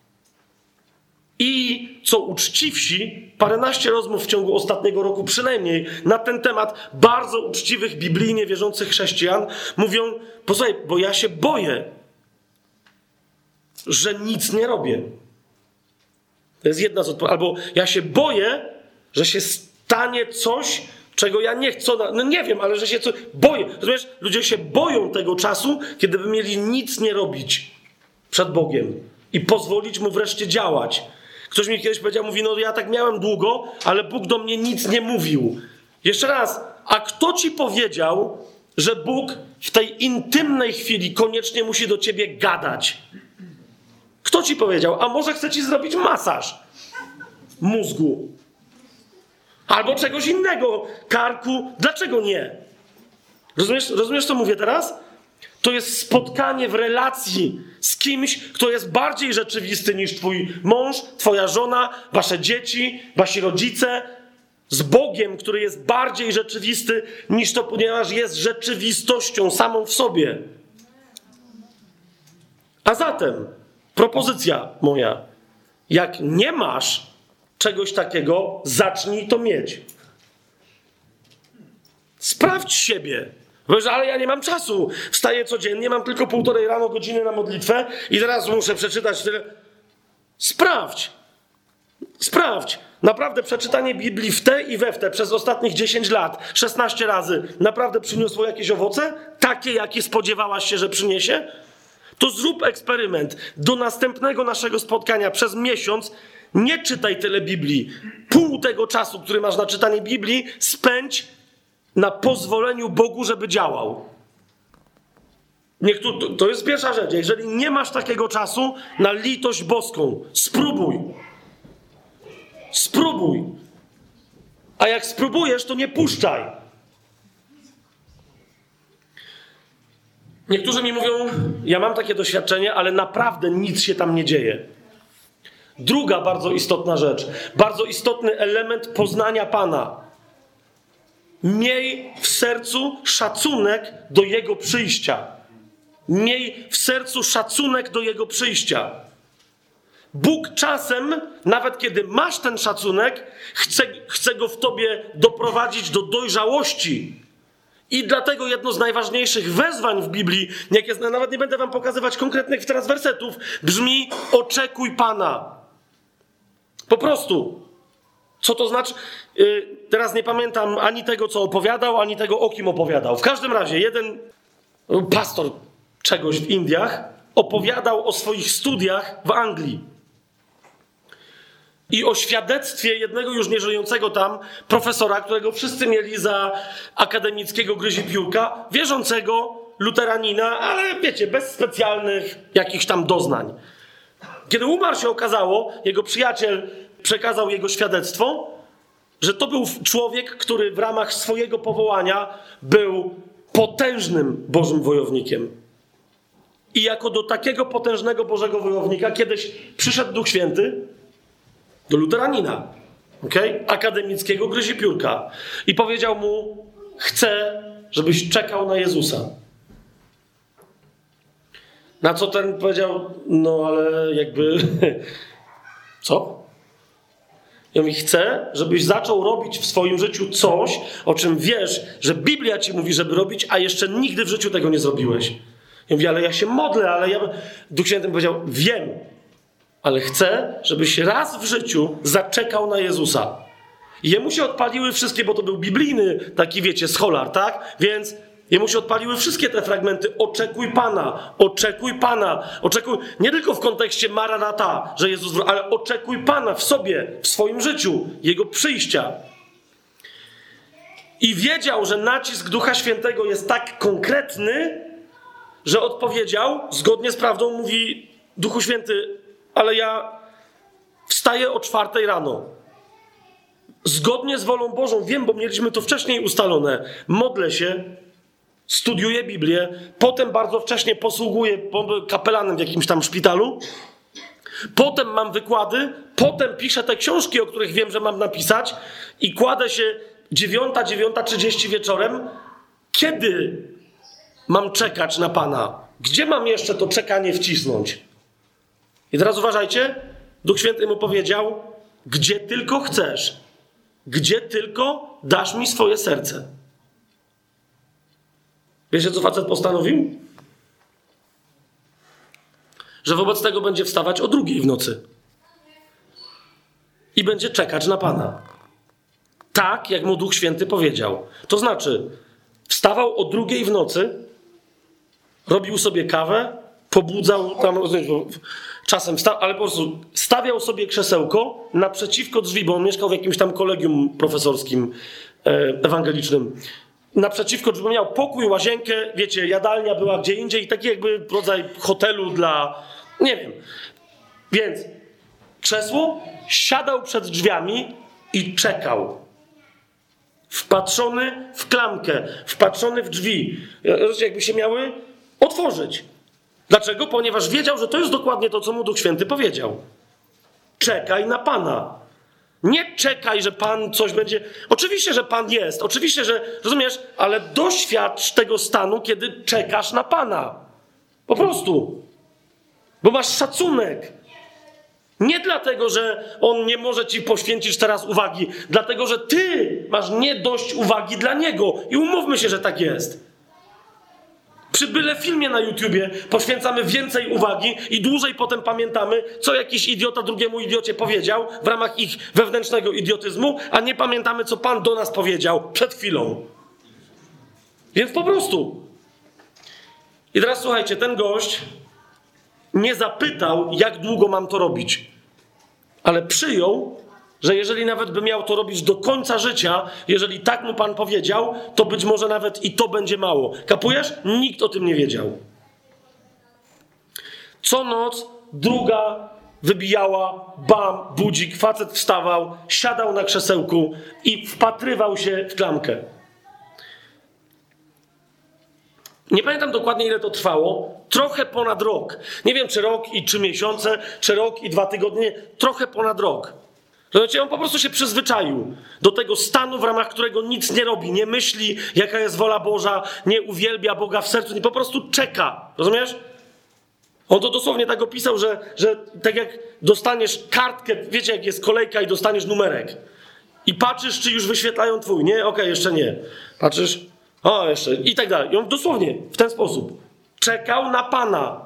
I co uczciwsi, paręnaście rozmów w ciągu ostatniego roku przynajmniej na ten temat bardzo uczciwych, biblijnie wierzących chrześcijan mówią, posłuchaj, bo ja się boję, że nic nie robię. To jest jedna z odpowiedzi. Albo ja się boję, że się stanie coś, czego ja nie chcę. No nie wiem, ale że się coś boję. Rozumiesz? Ludzie się boją tego czasu, kiedy by mieli nic nie robić przed Bogiem i pozwolić Mu wreszcie działać. Ktoś mi kiedyś powiedział, mówi, no ja tak miałem długo, ale Bóg do mnie nic nie mówił. Jeszcze raz, a kto ci powiedział, że Bóg w tej intymnej chwili koniecznie musi do ciebie gadać? Kto ci powiedział? A może chce ci zrobić masaż mózgu? Albo czegoś innego, karku. Dlaczego nie? Rozumiesz, co mówię teraz? To jest spotkanie w relacji z kimś, kto jest bardziej rzeczywisty niż twój mąż, twoja żona, wasze dzieci, wasi rodzice. Z Bogiem, który jest bardziej rzeczywisty niż to, ponieważ jest rzeczywistością samą w sobie. A zatem propozycja moja. Jak nie masz czegoś takiego, zacznij to mieć. Sprawdź siebie. Powiesz, ale ja nie mam czasu. Wstaję codziennie, mam tylko 1,5 rano godziny na modlitwę i teraz muszę przeczytać tyle. Sprawdź. Sprawdź. Naprawdę przeczytanie Biblii w te i we w te przez ostatnich 10 lat, 16 razy, naprawdę przyniosło jakieś owoce? Takie, jakie spodziewałaś się, że przyniesie? To zrób eksperyment. Do następnego naszego spotkania przez miesiąc nie czytaj tyle Biblii. Pół tego czasu, który masz na czytanie Biblii, spędź na pozwoleniu Bogu, żeby działał. To jest pierwsza rzecz. Jeżeli nie masz takiego czasu, na litość boską, spróbuj. Spróbuj. A jak spróbujesz, to nie puszczaj. Niektórzy mi mówią, ja mam takie doświadczenie, ale naprawdę nic się tam nie dzieje. Druga bardzo istotna rzecz, bardzo istotny element poznania Pana. Miej w sercu szacunek do Jego przyjścia. Miej w sercu szacunek do Jego przyjścia. Bóg czasem, nawet kiedy masz ten szacunek, chce go w tobie doprowadzić do dojrzałości I dlatego jedno z najważniejszych wezwań w Biblii, nawet nie będę wam pokazywać konkretnych teraz wersetów, brzmi: oczekuj Pana. Po prostu. Co to znaczy? Teraz nie pamiętam ani tego, co opowiadał, ani tego, o kim opowiadał. W każdym razie jeden pastor czegoś w Indiach opowiadał o swoich studiach w Anglii. I o świadectwie jednego już nieżyjącego tam profesora, którego wszyscy mieli za akademickiego gryzipiórka, wierzącego luteranina, ale wiecie, bez specjalnych jakichś tam doznań. Kiedy umarł, się okazało, jego przyjaciel przekazał jego świadectwo, że to był człowiek, który w ramach swojego powołania był potężnym Bożym wojownikiem. I jako do takiego potężnego Bożego wojownika kiedyś przyszedł Duch Święty do luteranina, akademickiego gryzipiórka, i powiedział mu: chcę, żebyś czekał na Jezusa. Na co ten powiedział: no ale jakby co? Ja mówię: chcę, żebyś zaczął robić w swoim życiu coś, o czym wiesz, że Biblia ci mówi, żeby robić, a jeszcze nigdy w życiu tego nie zrobiłeś. Ja mówię: ale ja się modlę, ale ja... Duch Święty powiedział: wiem, ale chcę, żebyś raz w życiu zaczekał na Jezusa. I jemu się odpaliły wszystkie, bo to był biblijny taki, wiecie, scholar, tak? Więc jemu się odpaliły wszystkie te fragmenty: oczekuj Pana, oczekuj Pana, oczekuj. Nie tylko w kontekście Maranata, że Jezus, ale oczekuj Pana w sobie, w swoim życiu, Jego przyjścia. I wiedział, że nacisk Ducha Świętego jest tak konkretny, że odpowiedział, zgodnie z prawdą, mówi: Duchu Święty, ale ja wstaję o 4 rano. Zgodnie z wolą Bożą, wiem, bo mieliśmy to wcześniej ustalone. Modlę się, studiuję Biblię, potem bardzo wcześnie posługuję kapelanem w jakimś tam szpitalu, potem mam wykłady, potem piszę te książki, o których wiem, że mam napisać, i kładę się 9:30 wieczorem. Kiedy mam czekać na Pana? Gdzie mam jeszcze to czekanie wcisnąć? I teraz uważajcie, Duch Święty mu powiedział: gdzie tylko chcesz, gdzie tylko dasz mi swoje serce. Wiecie, co facet postanowił? Że wobec tego będzie wstawać o 2:00 w nocy i będzie czekać na Pana. Tak, jak mu Duch Święty powiedział. To znaczy, wstawał o 2:00 w nocy, robił sobie kawę, pobudzał tam, czasem ale po prostu stawiał sobie krzesełko naprzeciwko drzwi, bo on mieszkał w jakimś tam kolegium profesorskim ewangelicznym. Naprzeciwko drzwi miał pokój, łazienkę, wiecie, jadalnia była gdzie indziej, taki jakby rodzaj hotelu dla, nie wiem. Więc krzesło, siadał przed drzwiami i czekał. Wpatrzony w klamkę, wpatrzony w drzwi. Jakby się miały otworzyć. Dlaczego? Ponieważ wiedział, że to jest dokładnie to, co mu Duch Święty powiedział. Czekaj na Pana. Nie czekaj, że Pan coś będzie... Oczywiście, że Pan jest. Oczywiście, że... Rozumiesz? Ale doświadcz tego stanu, kiedy czekasz na Pana. Po prostu. Bo masz szacunek. Nie dlatego, że On nie może ci poświęcić teraz uwagi. Dlatego, że ty masz nie dość uwagi dla Niego. I umówmy się, że tak jest. Przy byle filmie na YouTubie poświęcamy więcej uwagi i dłużej potem pamiętamy, co jakiś idiota drugiemu idiocie powiedział w ramach ich wewnętrznego idiotyzmu, a nie pamiętamy, co Pan do nas powiedział przed chwilą. Więc po prostu. I teraz słuchajcie, ten gość nie zapytał, jak długo mam to robić, ale przyjął, że jeżeli nawet by miał to robić do końca życia, jeżeli tak mu Pan powiedział, to być może nawet i to będzie mało. Kapujesz? Nikt o tym nie wiedział. Co noc 2 wybijała, bam, budzik, facet wstawał, siadał na krzesełku i wpatrywał się w klamkę. Nie pamiętam dokładnie, ile to trwało. Trochę ponad rok. Nie wiem, czy rok i 3 miesiące, czy rok i 2 tygodnie. Trochę ponad rok. Rozumiecie? On po prostu się przyzwyczaił do tego stanu, w ramach którego nic nie robi, nie myśli, jaka jest wola Boża, nie uwielbia Boga w sercu, nie, po prostu czeka. Rozumiesz? On to dosłownie tak opisał, że tak jak dostaniesz kartkę, wiecie, jak jest kolejka i dostaniesz numerek i patrzysz, czy już wyświetlają twój. Nie? Okej, jeszcze nie. Patrzysz, O, jeszcze i tak dalej. I on dosłownie w ten sposób czekał na Pana.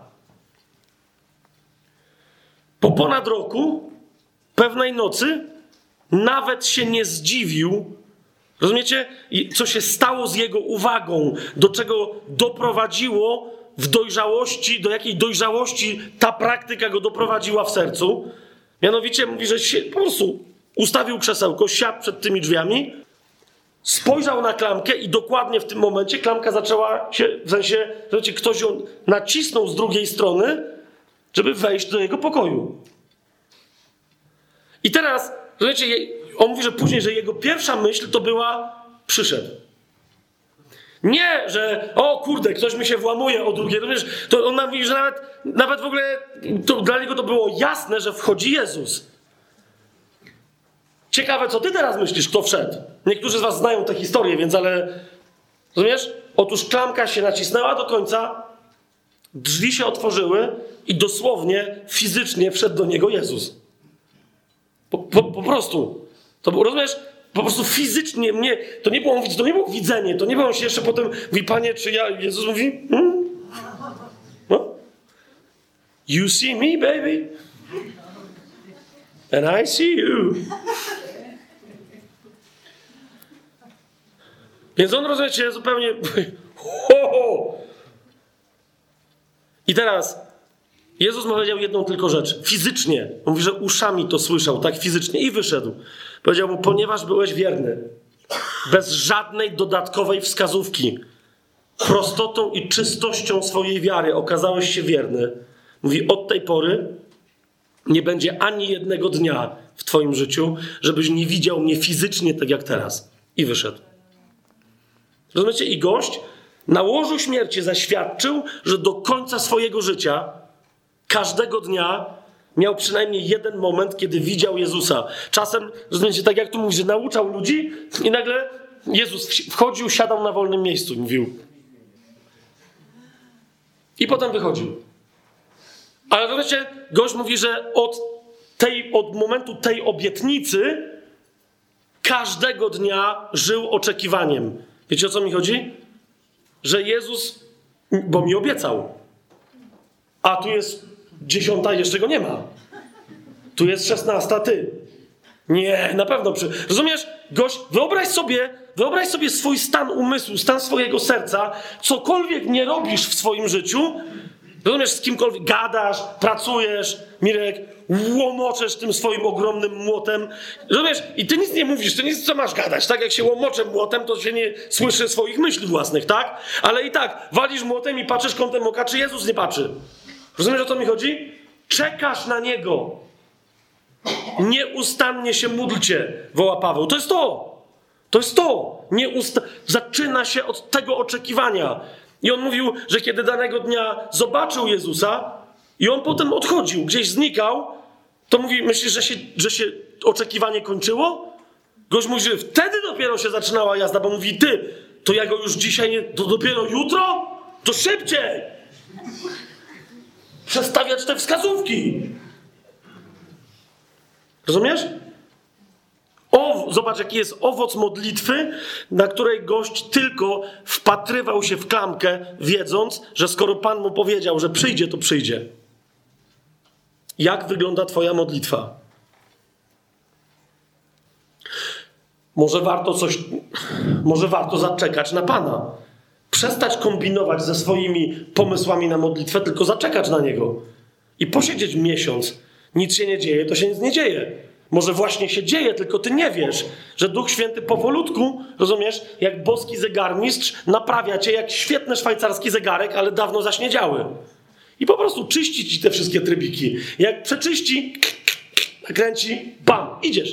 Po ponad roku, pewnej nocy, nawet się nie zdziwił. Rozumiecie? I co się stało z jego uwagą, do czego doprowadziło w dojrzałości, do jakiej dojrzałości ta praktyka go doprowadziła w sercu. Mianowicie mówi, że się po prostu ustawił krzesełko, siadł przed tymi drzwiami, spojrzał na klamkę i dokładnie w tym momencie klamka zaczęła się, w sensie, że ktoś ją nacisnął z drugiej strony, żeby wejść do jego pokoju. I teraz, rozumiecie, on mówi, że później, że jego pierwsza myśl to była, przyszedł. Nie, że o kurde, ktoś mi się włamuje o drugie. Rozumiesz, to on mówi, że nawet w ogóle dla niego to było jasne, że wchodzi Jezus. Ciekawe, co ty teraz myślisz, kto wszedł. Niektórzy z was znają tę historię, więc ale... Rozumiesz? Otóż klamka się nacisnęła do końca, drzwi się otworzyły i dosłownie, fizycznie wszedł do niego Jezus. Po prostu. To było, rozumiesz? Po prostu fizycznie mnie... To nie było widzenie, to nie było się jeszcze potem... Mówi, Panie, czy ja... Jezus mówi... No? You see me, baby? And I see you. Więc on, rozumiecie, zupełnie... I teraz Jezus powiedział jedną tylko rzecz. Fizycznie. On mówi, że uszami to słyszał, tak fizycznie. I wyszedł. Powiedział mu, ponieważ byłeś wierny, bez żadnej dodatkowej wskazówki, prostotą i czystością swojej wiary okazałeś się wierny. Mówi, od tej pory nie będzie ani jednego dnia w twoim życiu, żebyś nie widział mnie fizycznie tak jak teraz. I wyszedł. Rozumiecie? I gość na łożu śmierci zaświadczył, że do końca swojego życia, każdego dnia miał przynajmniej jeden moment, kiedy widział Jezusa. Czasem, rozumiecie, tak jak tu mówi, że nauczał ludzi i nagle Jezus wchodził, siadał na wolnym miejscu, mówił. I potem wychodził. Ale rozumiecie, gość mówi, że od momentu tej obietnicy każdego dnia żył oczekiwaniem. Wiecie, o co mi chodzi? Że Jezus, bo mi obiecał, a tu jest 10, jeszcze go nie ma. Tu jest 16, ty. Nie, na pewno. Rozumiesz? Gość, wyobraź sobie swój stan umysłu, stan swojego serca, cokolwiek nie robisz w swoim życiu, rozumiesz, z kimkolwiek gadasz, pracujesz, Mirek, łomoczesz tym swoim ogromnym młotem, rozumiesz? I ty nic nie mówisz, ty nic, co masz gadać, tak? Jak się łomoczę młotem, to się nie słyszy swoich myśli własnych, tak? Ale i tak, walisz młotem i patrzysz kątem oka, czy Jezus nie patrzy. Rozumiesz, o co mi chodzi? Czekasz na Niego. Nieustannie się módlcie, woła Paweł. To jest to. To jest to. Zaczyna się od tego oczekiwania. I on mówił, że kiedy danego dnia zobaczył Jezusa i on potem odchodził, gdzieś znikał, to mówi, myślisz, że się oczekiwanie kończyło? Gość mówi, że wtedy dopiero się zaczynała jazda, bo mówi, ty, to ja go już dzisiaj nie... To dopiero jutro? To szybciej! Przestawiać te wskazówki. Rozumiesz? Zobacz, jaki jest owoc modlitwy, na której gość tylko wpatrywał się w klamkę, wiedząc, że skoro Pan mu powiedział, że przyjdzie, to przyjdzie. Jak wygląda twoja modlitwa? Może warto zaczekać na Pana. Przestać kombinować ze swoimi pomysłami na modlitwę, tylko zaczekać na Niego. I posiedzieć miesiąc. Nic się nie dzieje, to się nic nie dzieje. Może właśnie się dzieje, tylko ty nie wiesz, że Duch Święty powolutku, rozumiesz, jak boski zegarmistrz naprawia cię jak świetny szwajcarski zegarek, ale dawno zaśniedziały. I po prostu czyści ci te wszystkie trybiki. Jak przeczyści, nakręci, bam, idziesz.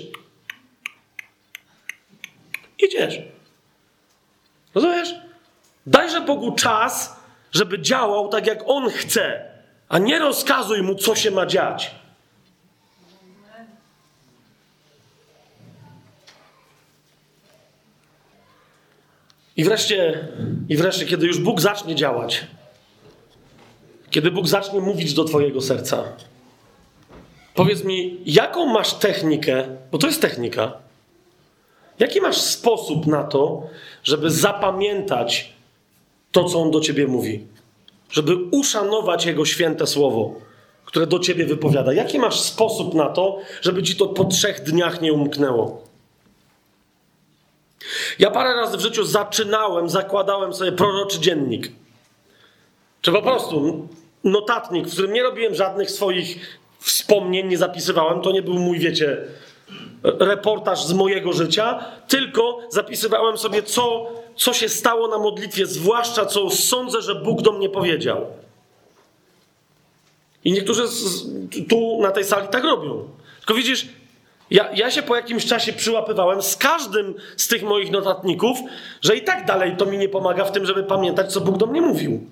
Idziesz. Rozumiesz? Dajże Bogu czas, żeby działał tak, jak On chce, a nie rozkazuj Mu, co się ma dziać. I wreszcie, kiedy już Bóg zacznie działać, kiedy Bóg zacznie mówić do twojego serca, powiedz mi, jaką masz technikę, bo to jest technika, Jaki masz sposób na to, żeby zapamiętać to, co On do ciebie mówi? Żeby uszanować Jego święte słowo, które do ciebie wypowiada. Jaki masz sposób na to, żeby ci to po 3 dniach nie umknęło? Ja parę razy w życiu zakładałem sobie proroczy dziennik. Czy po prostu notatnik, w którym nie robiłem żadnych swoich wspomnień, nie zapisywałem. To nie był mój, reportaż z mojego życia, tylko zapisywałem sobie, co się stało na modlitwie, zwłaszcza co sądzę, że Bóg do mnie powiedział. I niektórzy tu na tej sali tak robią. Tylko widzisz, ja się po jakimś czasie przyłapywałem z każdym z tych moich notatników, że i tak dalej to mi nie pomaga w tym, żeby pamiętać, co Bóg do mnie mówił.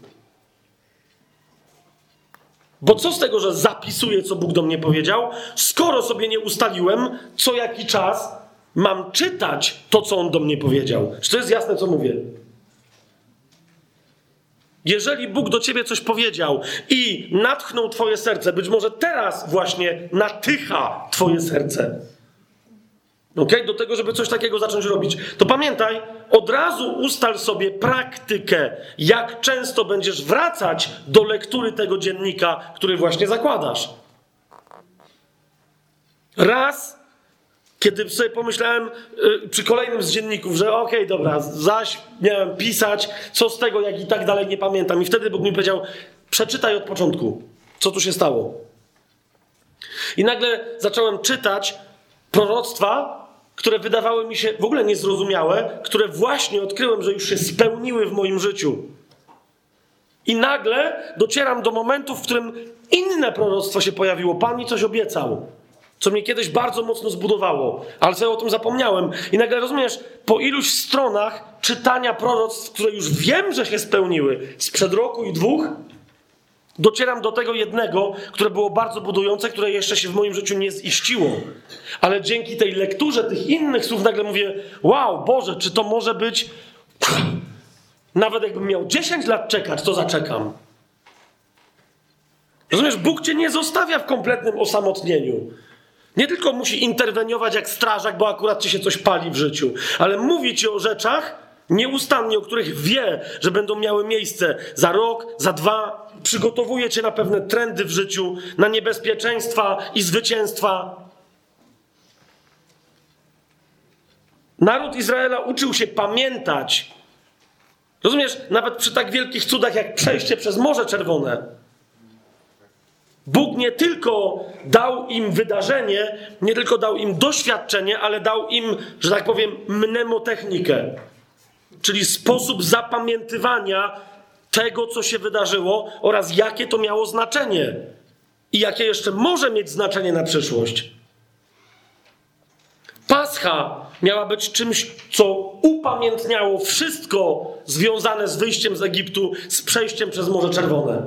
Bo co z tego, że zapisuję, co Bóg do mnie powiedział, skoro sobie nie ustaliłem, co jaki czas mam czytać to, co On do mnie powiedział. Czy to jest jasne, co mówię? Jeżeli Bóg do ciebie coś powiedział i natchnął twoje serce, być może teraz właśnie natycha twoje serce, do tego, żeby coś takiego zacząć robić, to pamiętaj, od razu ustal sobie praktykę, jak często będziesz wracać do lektury tego dziennika, który właśnie zakładasz. Raz, kiedy sobie pomyślałem przy kolejnym z dzienników, że dobra, zaś miałem pisać, co z tego, jak i tak dalej nie pamiętam. I wtedy Bóg mi powiedział, przeczytaj od początku, co tu się stało. I nagle zacząłem czytać proroctwa, które wydawały mi się w ogóle niezrozumiałe, które właśnie odkryłem, że już się spełniły w moim życiu. I nagle docieram do momentu, w którym inne proroctwo się pojawiło. Pan mi coś obiecał, co mnie kiedyś bardzo mocno zbudowało, ale sobie o tym zapomniałem. I nagle, rozumiesz, po iluś stronach czytania proroctw, które już wiem, że się spełniły sprzed roku i 2, docieram do tego jednego, które było bardzo budujące, które jeszcze się w moim życiu nie ziściło. Ale dzięki tej lekturze tych innych słów nagle mówię, wow, Boże, czy to może być... Nawet jakbym miał 10 lat czekać, to zaczekam. Rozumiesz, Bóg cię nie zostawia w kompletnym osamotnieniu. Nie tylko musi interweniować jak strażak, bo akurat ci się coś pali w życiu, ale mówi ci o rzeczach nieustannie, o których wie, że będą miały miejsce za rok, za 2. Przygotowuje cię na pewne trendy w życiu, na niebezpieczeństwa i zwycięstwa. Naród Izraela uczył się pamiętać. Rozumiesz, nawet przy tak wielkich cudach jak przejście przez Morze Czerwone. Bóg nie tylko dał im wydarzenie, nie tylko dał im doświadczenie, ale dał im, że tak powiem, mnemotechnikę. Czyli sposób zapamiętywania tego, co się wydarzyło oraz jakie to miało znaczenie. I jakie jeszcze może mieć znaczenie na przyszłość. Pascha miała być czymś, co upamiętniało wszystko związane z wyjściem z Egiptu, z przejściem przez Morze Czerwone.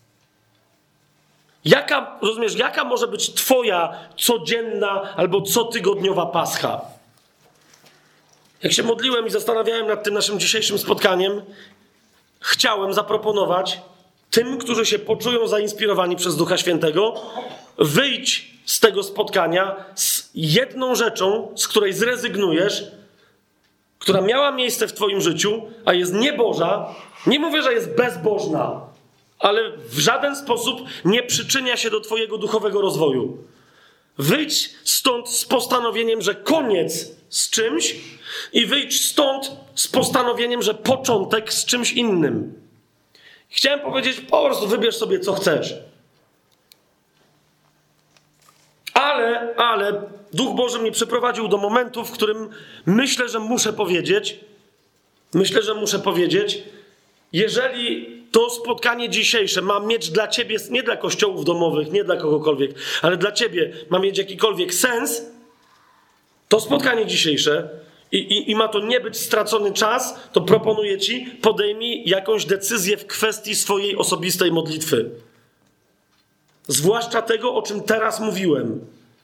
Jaka może być twoja codzienna albo cotygodniowa Pascha? Jak się modliłem i zastanawiałem nad tym naszym dzisiejszym spotkaniem, chciałem zaproponować tym, którzy się poczują zainspirowani przez Ducha Świętego, wyjdź z tego spotkania z jedną rzeczą, z której zrezygnujesz, która miała miejsce w twoim życiu, a jest nieboża. Nie mówię, że jest bezbożna, ale w żaden sposób nie przyczynia się do twojego duchowego rozwoju. Wyjdź stąd z postanowieniem, że koniec z czymś i wyjdź stąd z postanowieniem, że początek z czymś innym. Chciałem powiedzieć, po prostu wybierz sobie, co chcesz. Ale Duch Boży mnie przyprowadził do momentu, w którym myślę, że muszę powiedzieć, jeżeli to spotkanie dzisiejsze ma mieć dla ciebie, nie dla kościołów domowych, nie dla kogokolwiek, ale dla ciebie ma mieć jakikolwiek sens, to spotkanie dzisiejsze i ma to nie być stracony czas, to proponuję ci, podejmij jakąś decyzję w kwestii swojej osobistej modlitwy. Zwłaszcza tego, o czym teraz mówiłem.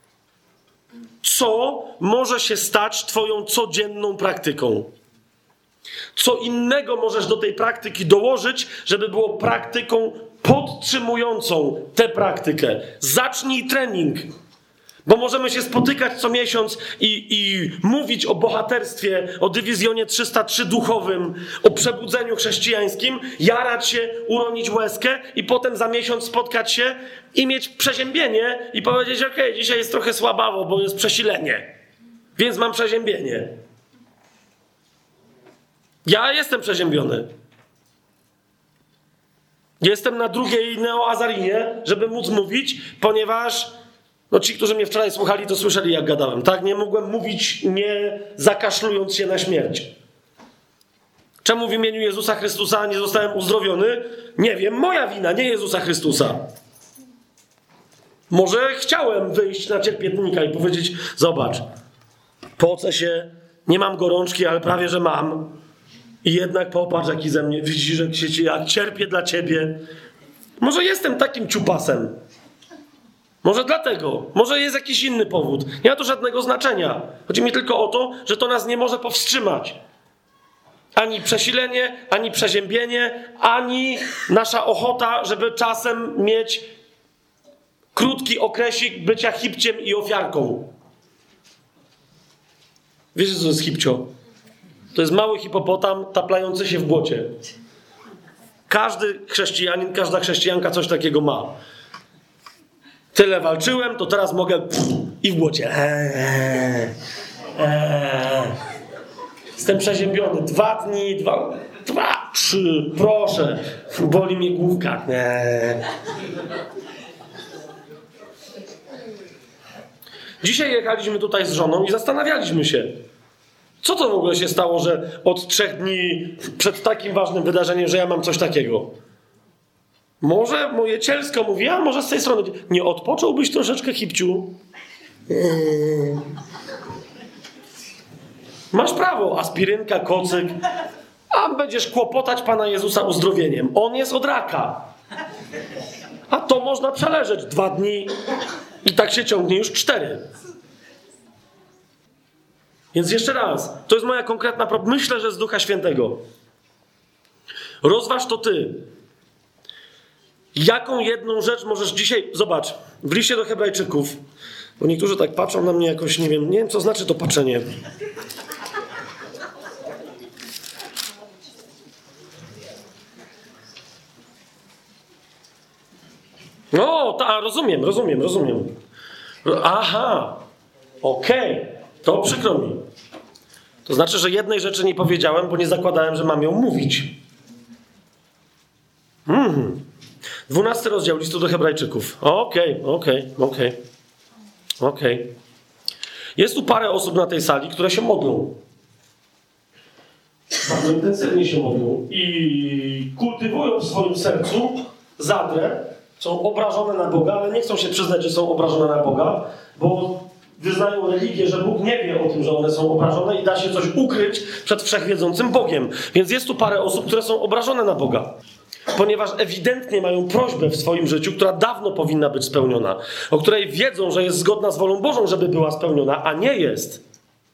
Co może się stać twoją codzienną praktyką? Co innego możesz do tej praktyki dołożyć, żeby było praktyką podtrzymującą tę praktykę? Zacznij trening. Bo możemy się spotykać co miesiąc i mówić o bohaterstwie, o dywizjonie 303 duchowym, o przebudzeniu chrześcijańskim, jarać się, uronić łezkę i potem za miesiąc spotkać się i mieć przeziębienie i powiedzieć: okej, dzisiaj jest trochę słabawo, bo jest przesilenie, więc mam przeziębienie. Ja jestem przeziębiony. Jestem na drugiej neoazarinie, żeby móc mówić, ponieważ ci, którzy mnie wczoraj słuchali, to słyszeli, jak gadałem. Tak, nie mogłem mówić, nie zakaszlując się na śmierć. Czemu w imieniu Jezusa Chrystusa nie zostałem uzdrowiony? Nie wiem, moja wina, nie Jezusa Chrystusa. Może chciałem wyjść na cierpiętnika i powiedzieć: zobacz, pocę się, nie mam gorączki, ale prawie, że mam. I jednak popatrz, jaki ze mnie, widzisz, jak cierpię dla ciebie. Może jestem takim ciupasem. Może dlatego. Może jest jakiś inny powód. Nie ma to żadnego znaczenia. Chodzi mi tylko o to, że to nas nie może powstrzymać. Ani przesilenie, ani przeziębienie, ani nasza ochota, żeby czasem mieć krótki okresik bycia hipciem i ofiarką. Wiecie, co to jest hipcio? To jest mały hipopotam taplający się w błocie. Każdy chrześcijanin, każda chrześcijanka coś takiego ma. Tyle walczyłem, to teraz mogę i w błocie. Jestem przeziębiony. 2 dni, 3, proszę. Boli mnie główka. Dzisiaj jechaliśmy tutaj z żoną i zastanawialiśmy się, co to w ogóle się stało, że od 3 dni przed takim ważnym wydarzeniem, że ja mam coś takiego. Może moje cielsko mówi, a może z tej strony nie odpocząłbyś troszeczkę, hipciu? Masz prawo, aspirynka, kocyk, a będziesz kłopotać Pana Jezusa uzdrowieniem. On jest od raka. A to można przeleżeć 2 dni i tak się ciągnie już 4. Więc jeszcze raz, to jest moja konkretna myślę, że z Ducha Świętego. Rozważ to ty. Jaką jedną rzecz możesz dzisiaj... Zobacz, w liście do Hebrajczyków, bo niektórzy tak patrzą na mnie jakoś, nie wiem, co znaczy to patrzenie. No, rozumiem. Aha, okej, to przykro mi. To znaczy, że jednej rzeczy nie powiedziałem, bo nie zakładałem, że mam ją mówić. 12 rozdział listu do Hebrajczyków. Okej. Jest tu parę osób na tej sali, które się modlą. Bardzo intensywnie się modlą. I kultywują w swoim sercu zadrę. Są obrażone na Boga, ale nie chcą się przyznać, że są obrażone na Boga, bo wyznają religię, że Bóg nie wie o tym, że one są obrażone i da się coś ukryć przed wszechwiedzącym Bogiem. Więc jest tu parę osób, które są obrażone na Boga. Ponieważ ewidentnie mają prośbę w swoim życiu, która dawno powinna być spełniona, o której wiedzą, że jest zgodna z wolą Bożą, żeby była spełniona, a nie jest.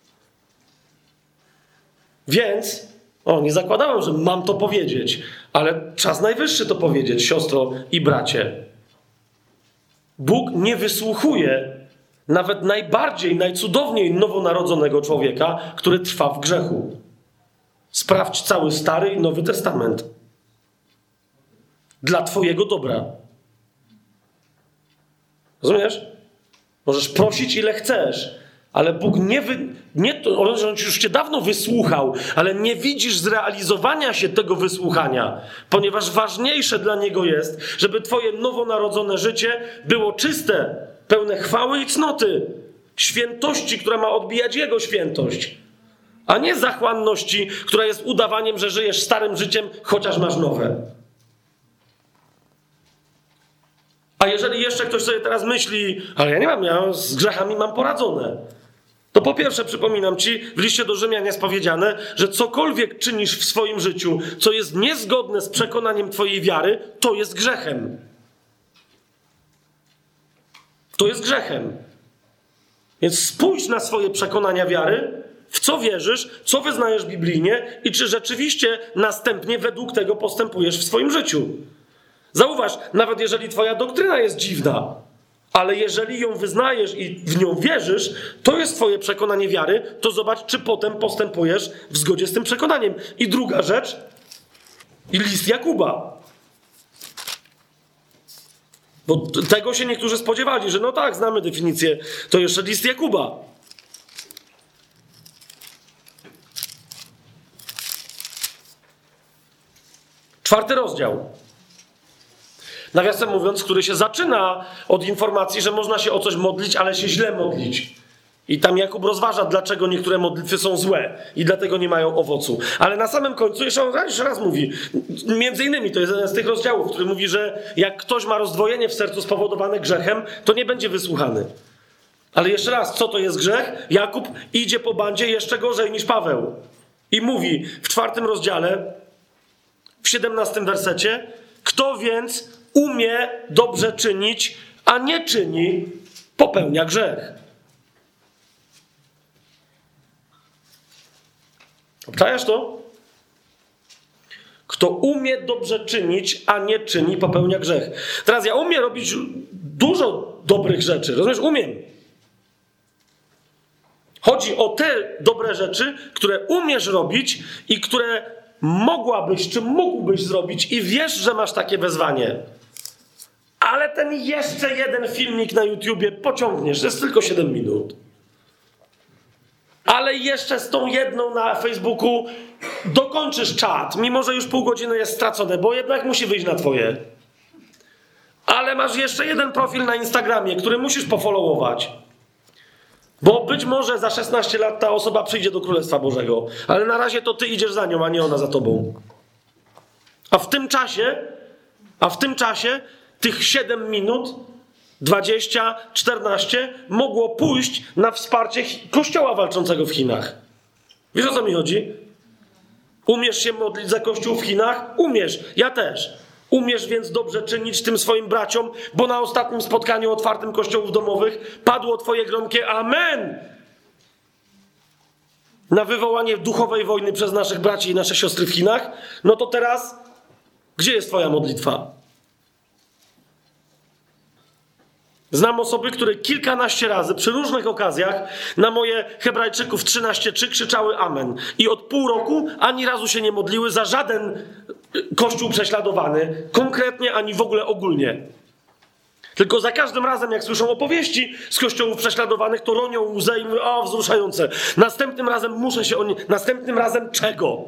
Więc, nie zakładałem, że mam to powiedzieć, ale czas najwyższy to powiedzieć, siostro i bracie. Bóg nie wysłuchuje nawet najbardziej, najcudowniej nowonarodzonego człowieka, który trwa w grzechu. Sprawdź cały Stary i Nowy Testament. Dla twojego dobra. Rozumiesz? Możesz prosić ile chcesz, ale Bóg on już cię dawno wysłuchał, ale nie widzisz zrealizowania się tego wysłuchania, ponieważ ważniejsze dla Niego jest, żeby twoje nowonarodzone życie było czyste, pełne chwały i cnoty, świętości, która ma odbijać Jego świętość, a nie zachłanności, która jest udawaniem, że żyjesz starym życiem, chociaż masz nowe. A jeżeli jeszcze ktoś sobie teraz myśli, ale ja z grzechami mam poradzone, to po pierwsze przypominam ci, w liście do Rzymian jest powiedziane, że cokolwiek czynisz w swoim życiu, co jest niezgodne z przekonaniem twojej wiary, to jest grzechem. To jest grzechem. Więc spójrz na swoje przekonania wiary, w co wierzysz, co wyznajesz biblijnie i czy rzeczywiście następnie według tego postępujesz w swoim życiu. Zauważ, nawet jeżeli twoja doktryna jest dziwna, Ale jeżeli ją wyznajesz i w nią wierzysz, to jest twoje przekonanie wiary, to zobacz, czy potem postępujesz w zgodzie z tym przekonaniem. I druga rzecz, i list Jakuba. Bo tego się niektórzy spodziewali, że no tak, znamy definicję, to jeszcze list Jakuba. Czwarty rozdział. Nawiasem mówiąc, który się zaczyna od informacji, że można się o coś modlić, ale się źle modlić. I tam Jakub rozważa, dlaczego niektóre modlitwy są złe i dlatego nie mają owocu. Ale na samym końcu jeszcze raz mówi, między innymi to jest jeden z tych rozdziałów, który mówi, że jak ktoś ma rozdwojenie w sercu spowodowane grzechem, to nie będzie wysłuchany. Ale jeszcze raz, co to jest grzech? Jakub idzie po bandzie jeszcze gorzej niż Paweł. I mówi w 4 rozdziale, w 17 wersecie, kto więc umie dobrze czynić, a nie czyni, popełnia grzech. Obczajasz to? Kto umie dobrze czynić, a nie czyni, popełnia grzech. Teraz ja umiem robić dużo dobrych rzeczy. Rozumiesz? Umiem. Chodzi o te dobre rzeczy, które umiesz robić i które mogłabyś, czy mógłbyś zrobić i wiesz, że masz takie wezwanie. Ale ten jeszcze jeden filmik na YouTubie pociągniesz. To jest tylko 7 minut. Ale jeszcze z tą jedną na Facebooku dokończysz czat, mimo że już pół godziny jest stracone, bo jednak musi wyjść na twoje. Ale masz jeszcze jeden profil na Instagramie, który musisz pofollowować. Bo być może za 16 lat ta osoba przyjdzie do Królestwa Bożego. Ale na razie to ty idziesz za nią, a nie ona za tobą. A w tym czasie tych 7 minut, 20, 14 mogło pójść na wsparcie kościoła walczącego w Chinach. Wiesz, o co mi chodzi? Umiesz się modlić za kościół w Chinach? Umiesz. Ja też. Umiesz więc dobrze czynić tym swoim braciom, bo na ostatnim spotkaniu otwartym kościołów domowych padło twoje gromkie amen na wywołanie duchowej wojny przez naszych braci i nasze siostry w Chinach. No to teraz, gdzie jest twoja modlitwa? Znam osoby, które kilkanaście razy przy różnych okazjach na moje Hebrajczyków 13:3 krzyczały amen. I od pół roku ani razu się nie modliły za żaden kościół prześladowany, konkretnie ani w ogóle ogólnie. Tylko za każdym razem, jak słyszą opowieści z kościołów prześladowanych, to ronią łzę i mówią, o, wzruszające. Następnym razem muszę się Następnym razem czego?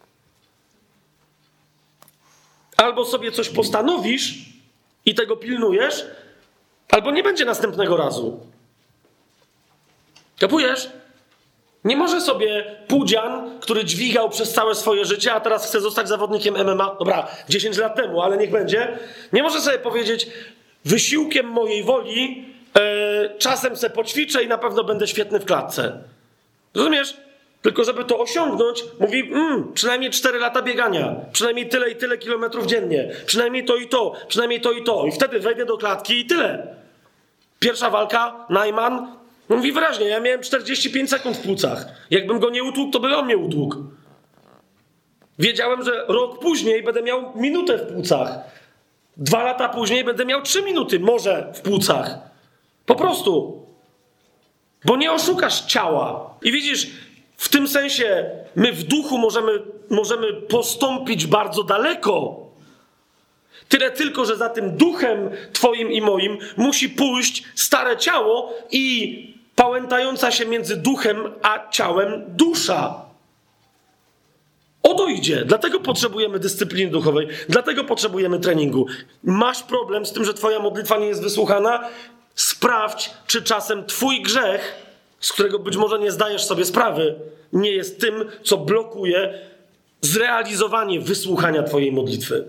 Albo sobie coś postanowisz i tego pilnujesz, albo nie będzie następnego razu. Kapujesz? Nie może sobie Pudzian, który dźwigał przez całe swoje życie, a teraz chce zostać zawodnikiem MMA, dobra, 10 lat temu, ale niech będzie, nie może sobie powiedzieć, wysiłkiem mojej woli czasem se poćwiczę i na pewno będę świetny w klatce. Rozumiesz? Tylko żeby to osiągnąć, mówi, przynajmniej 4 lata biegania, przynajmniej tyle i tyle kilometrów dziennie, przynajmniej to i to, przynajmniej to i to. I wtedy wejdę do klatki i tyle. Pierwsza walka, Najman, mówi wyraźnie, ja miałem 45 sekund w płucach. Jakbym go nie utłukł, to by on mnie utłukł. Wiedziałem, że rok później będę miał minutę w płucach. 2 lata później będę miał 3 minuty, może w płucach. Po prostu. Bo nie oszukasz ciała. I widzisz, w tym sensie my w duchu możemy postąpić bardzo daleko. Tyle tylko, że za tym duchem twoim i moim musi pójść stare ciało i pałętająca się między duchem a ciałem dusza. O to idzie. Dlatego potrzebujemy dyscypliny duchowej. Dlatego potrzebujemy treningu. Masz problem z tym, że twoja modlitwa nie jest wysłuchana? Sprawdź, czy czasem twój grzech, z którego być może nie zdajesz sobie sprawy, nie jest tym, co blokuje zrealizowanie wysłuchania twojej modlitwy.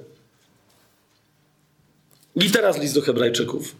I teraz list do Hebrajczyków.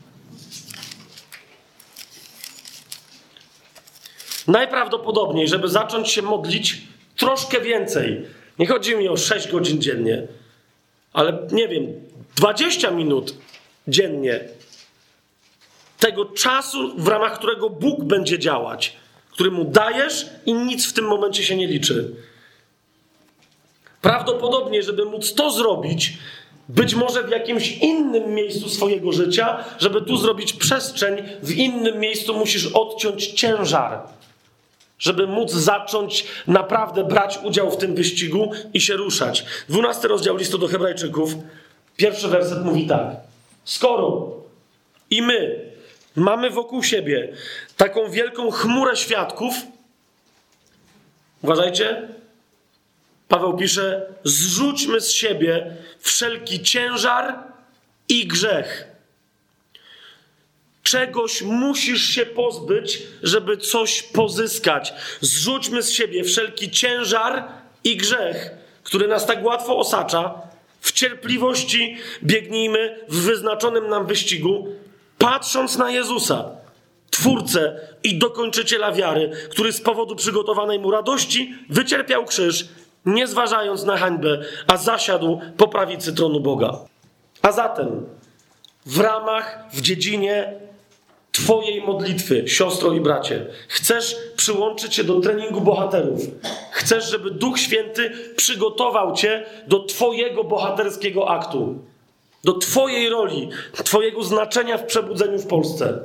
Najprawdopodobniej, żeby zacząć się modlić troszkę więcej, nie chodzi mi o 6 godzin dziennie, ale nie wiem, 20 minut dziennie, tego czasu, w ramach którego Bóg będzie działać, który mu dajesz i nic w tym momencie się nie liczy. Prawdopodobnie, żeby móc to zrobić, Być może w jakimś innym miejscu swojego życia, żeby tu zrobić przestrzeń, w innym miejscu musisz odciąć ciężar, żeby móc zacząć naprawdę brać udział w tym wyścigu i się ruszać. 12 rozdział listu do Hebrajczyków, 1 werset mówi tak. Skoro i my mamy wokół siebie taką wielką chmurę świadków, uważajcie, Paweł pisze, zrzućmy z siebie wszelki ciężar i grzech. Czegoś musisz się pozbyć, żeby coś pozyskać. Zrzućmy z siebie wszelki ciężar i grzech, który nas tak łatwo osacza. W cierpliwości biegnijmy w wyznaczonym nam wyścigu, patrząc na Jezusa, Twórcę i dokończyciela wiary, który z powodu przygotowanej mu radości wycierpiał krzyż, nie zważając na hańbę, a zasiadł po prawicy tronu Boga. A zatem w dziedzinie twojej modlitwy, siostro i bracie, chcesz przyłączyć się do treningu bohaterów. Chcesz, żeby Duch Święty przygotował cię do twojego bohaterskiego aktu, do twojej roli, twojego znaczenia w przebudzeniu w Polsce.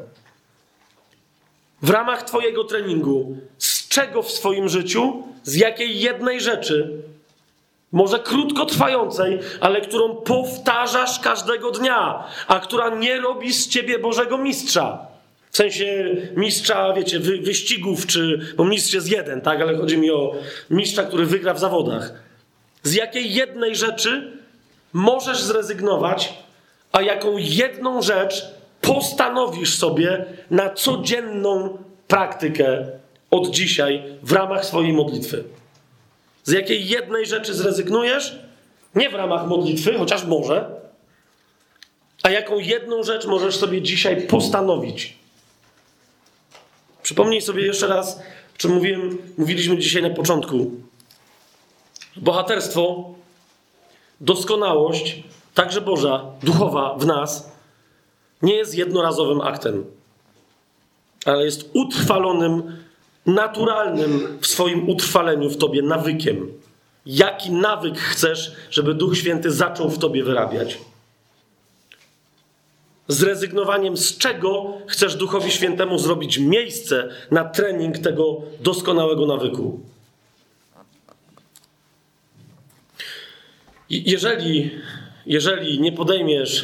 W ramach twojego treningu, z czego w swoim życiu, z jakiej jednej rzeczy, może krótkotrwającej, ale którą powtarzasz każdego dnia, a która nie robi z ciebie Bożego mistrza. W sensie mistrza, wiecie, wyścigów, bo mistrz jest jeden, tak? Ale chodzi mi o mistrza, który wygra w zawodach. Z jakiej jednej rzeczy możesz zrezygnować, a jaką jedną rzecz postanowisz sobie na codzienną praktykę od dzisiaj w ramach swojej modlitwy. Z jakiej jednej rzeczy zrezygnujesz? Nie w ramach modlitwy, chociaż może. A jaką jedną rzecz możesz sobie dzisiaj postanowić? Przypomnij sobie jeszcze raz, o czym mówiliśmy dzisiaj na początku. Bohaterstwo, doskonałość, także Boża, duchowa w nas, nie jest jednorazowym aktem, ale jest utrwalonym, naturalnym w swoim utrwaleniu w tobie nawykiem. Jaki nawyk chcesz, żeby Duch Święty zaczął w tobie wyrabiać? Zrezygnowaniem z czego chcesz Duchowi Świętemu zrobić miejsce na trening tego doskonałego nawyku? Jeżeli nie podejmiesz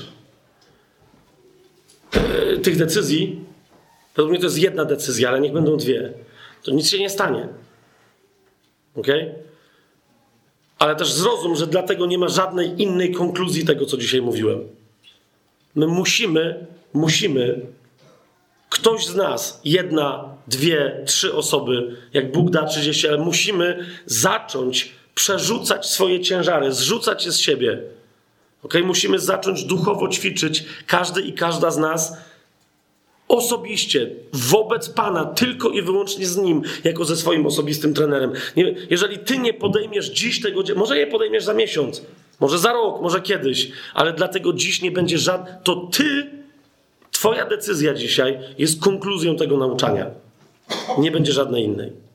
tych decyzji, to mnie to jest jedna decyzja, ale niech będą dwie, to nic się nie stanie. Okej? Ale też zrozum, że dlatego nie ma żadnej innej konkluzji tego, co dzisiaj mówiłem. My musimy, ktoś z nas, 1, 2, 3 osoby, jak Bóg da 30, ale musimy zacząć przerzucać swoje ciężary, zrzucać je z siebie. Okay? Musimy zacząć duchowo ćwiczyć, każdy i każda z nas, osobiście, wobec Pana, tylko i wyłącznie z Nim, jako ze swoim osobistym trenerem. Jeżeli ty nie podejmiesz dziś tego, może je podejmiesz za miesiąc, może za rok, może kiedyś, ale dlatego dziś nie będzie to twoja decyzja dzisiaj jest konkluzją tego nauczania. Nie będzie żadnej innej.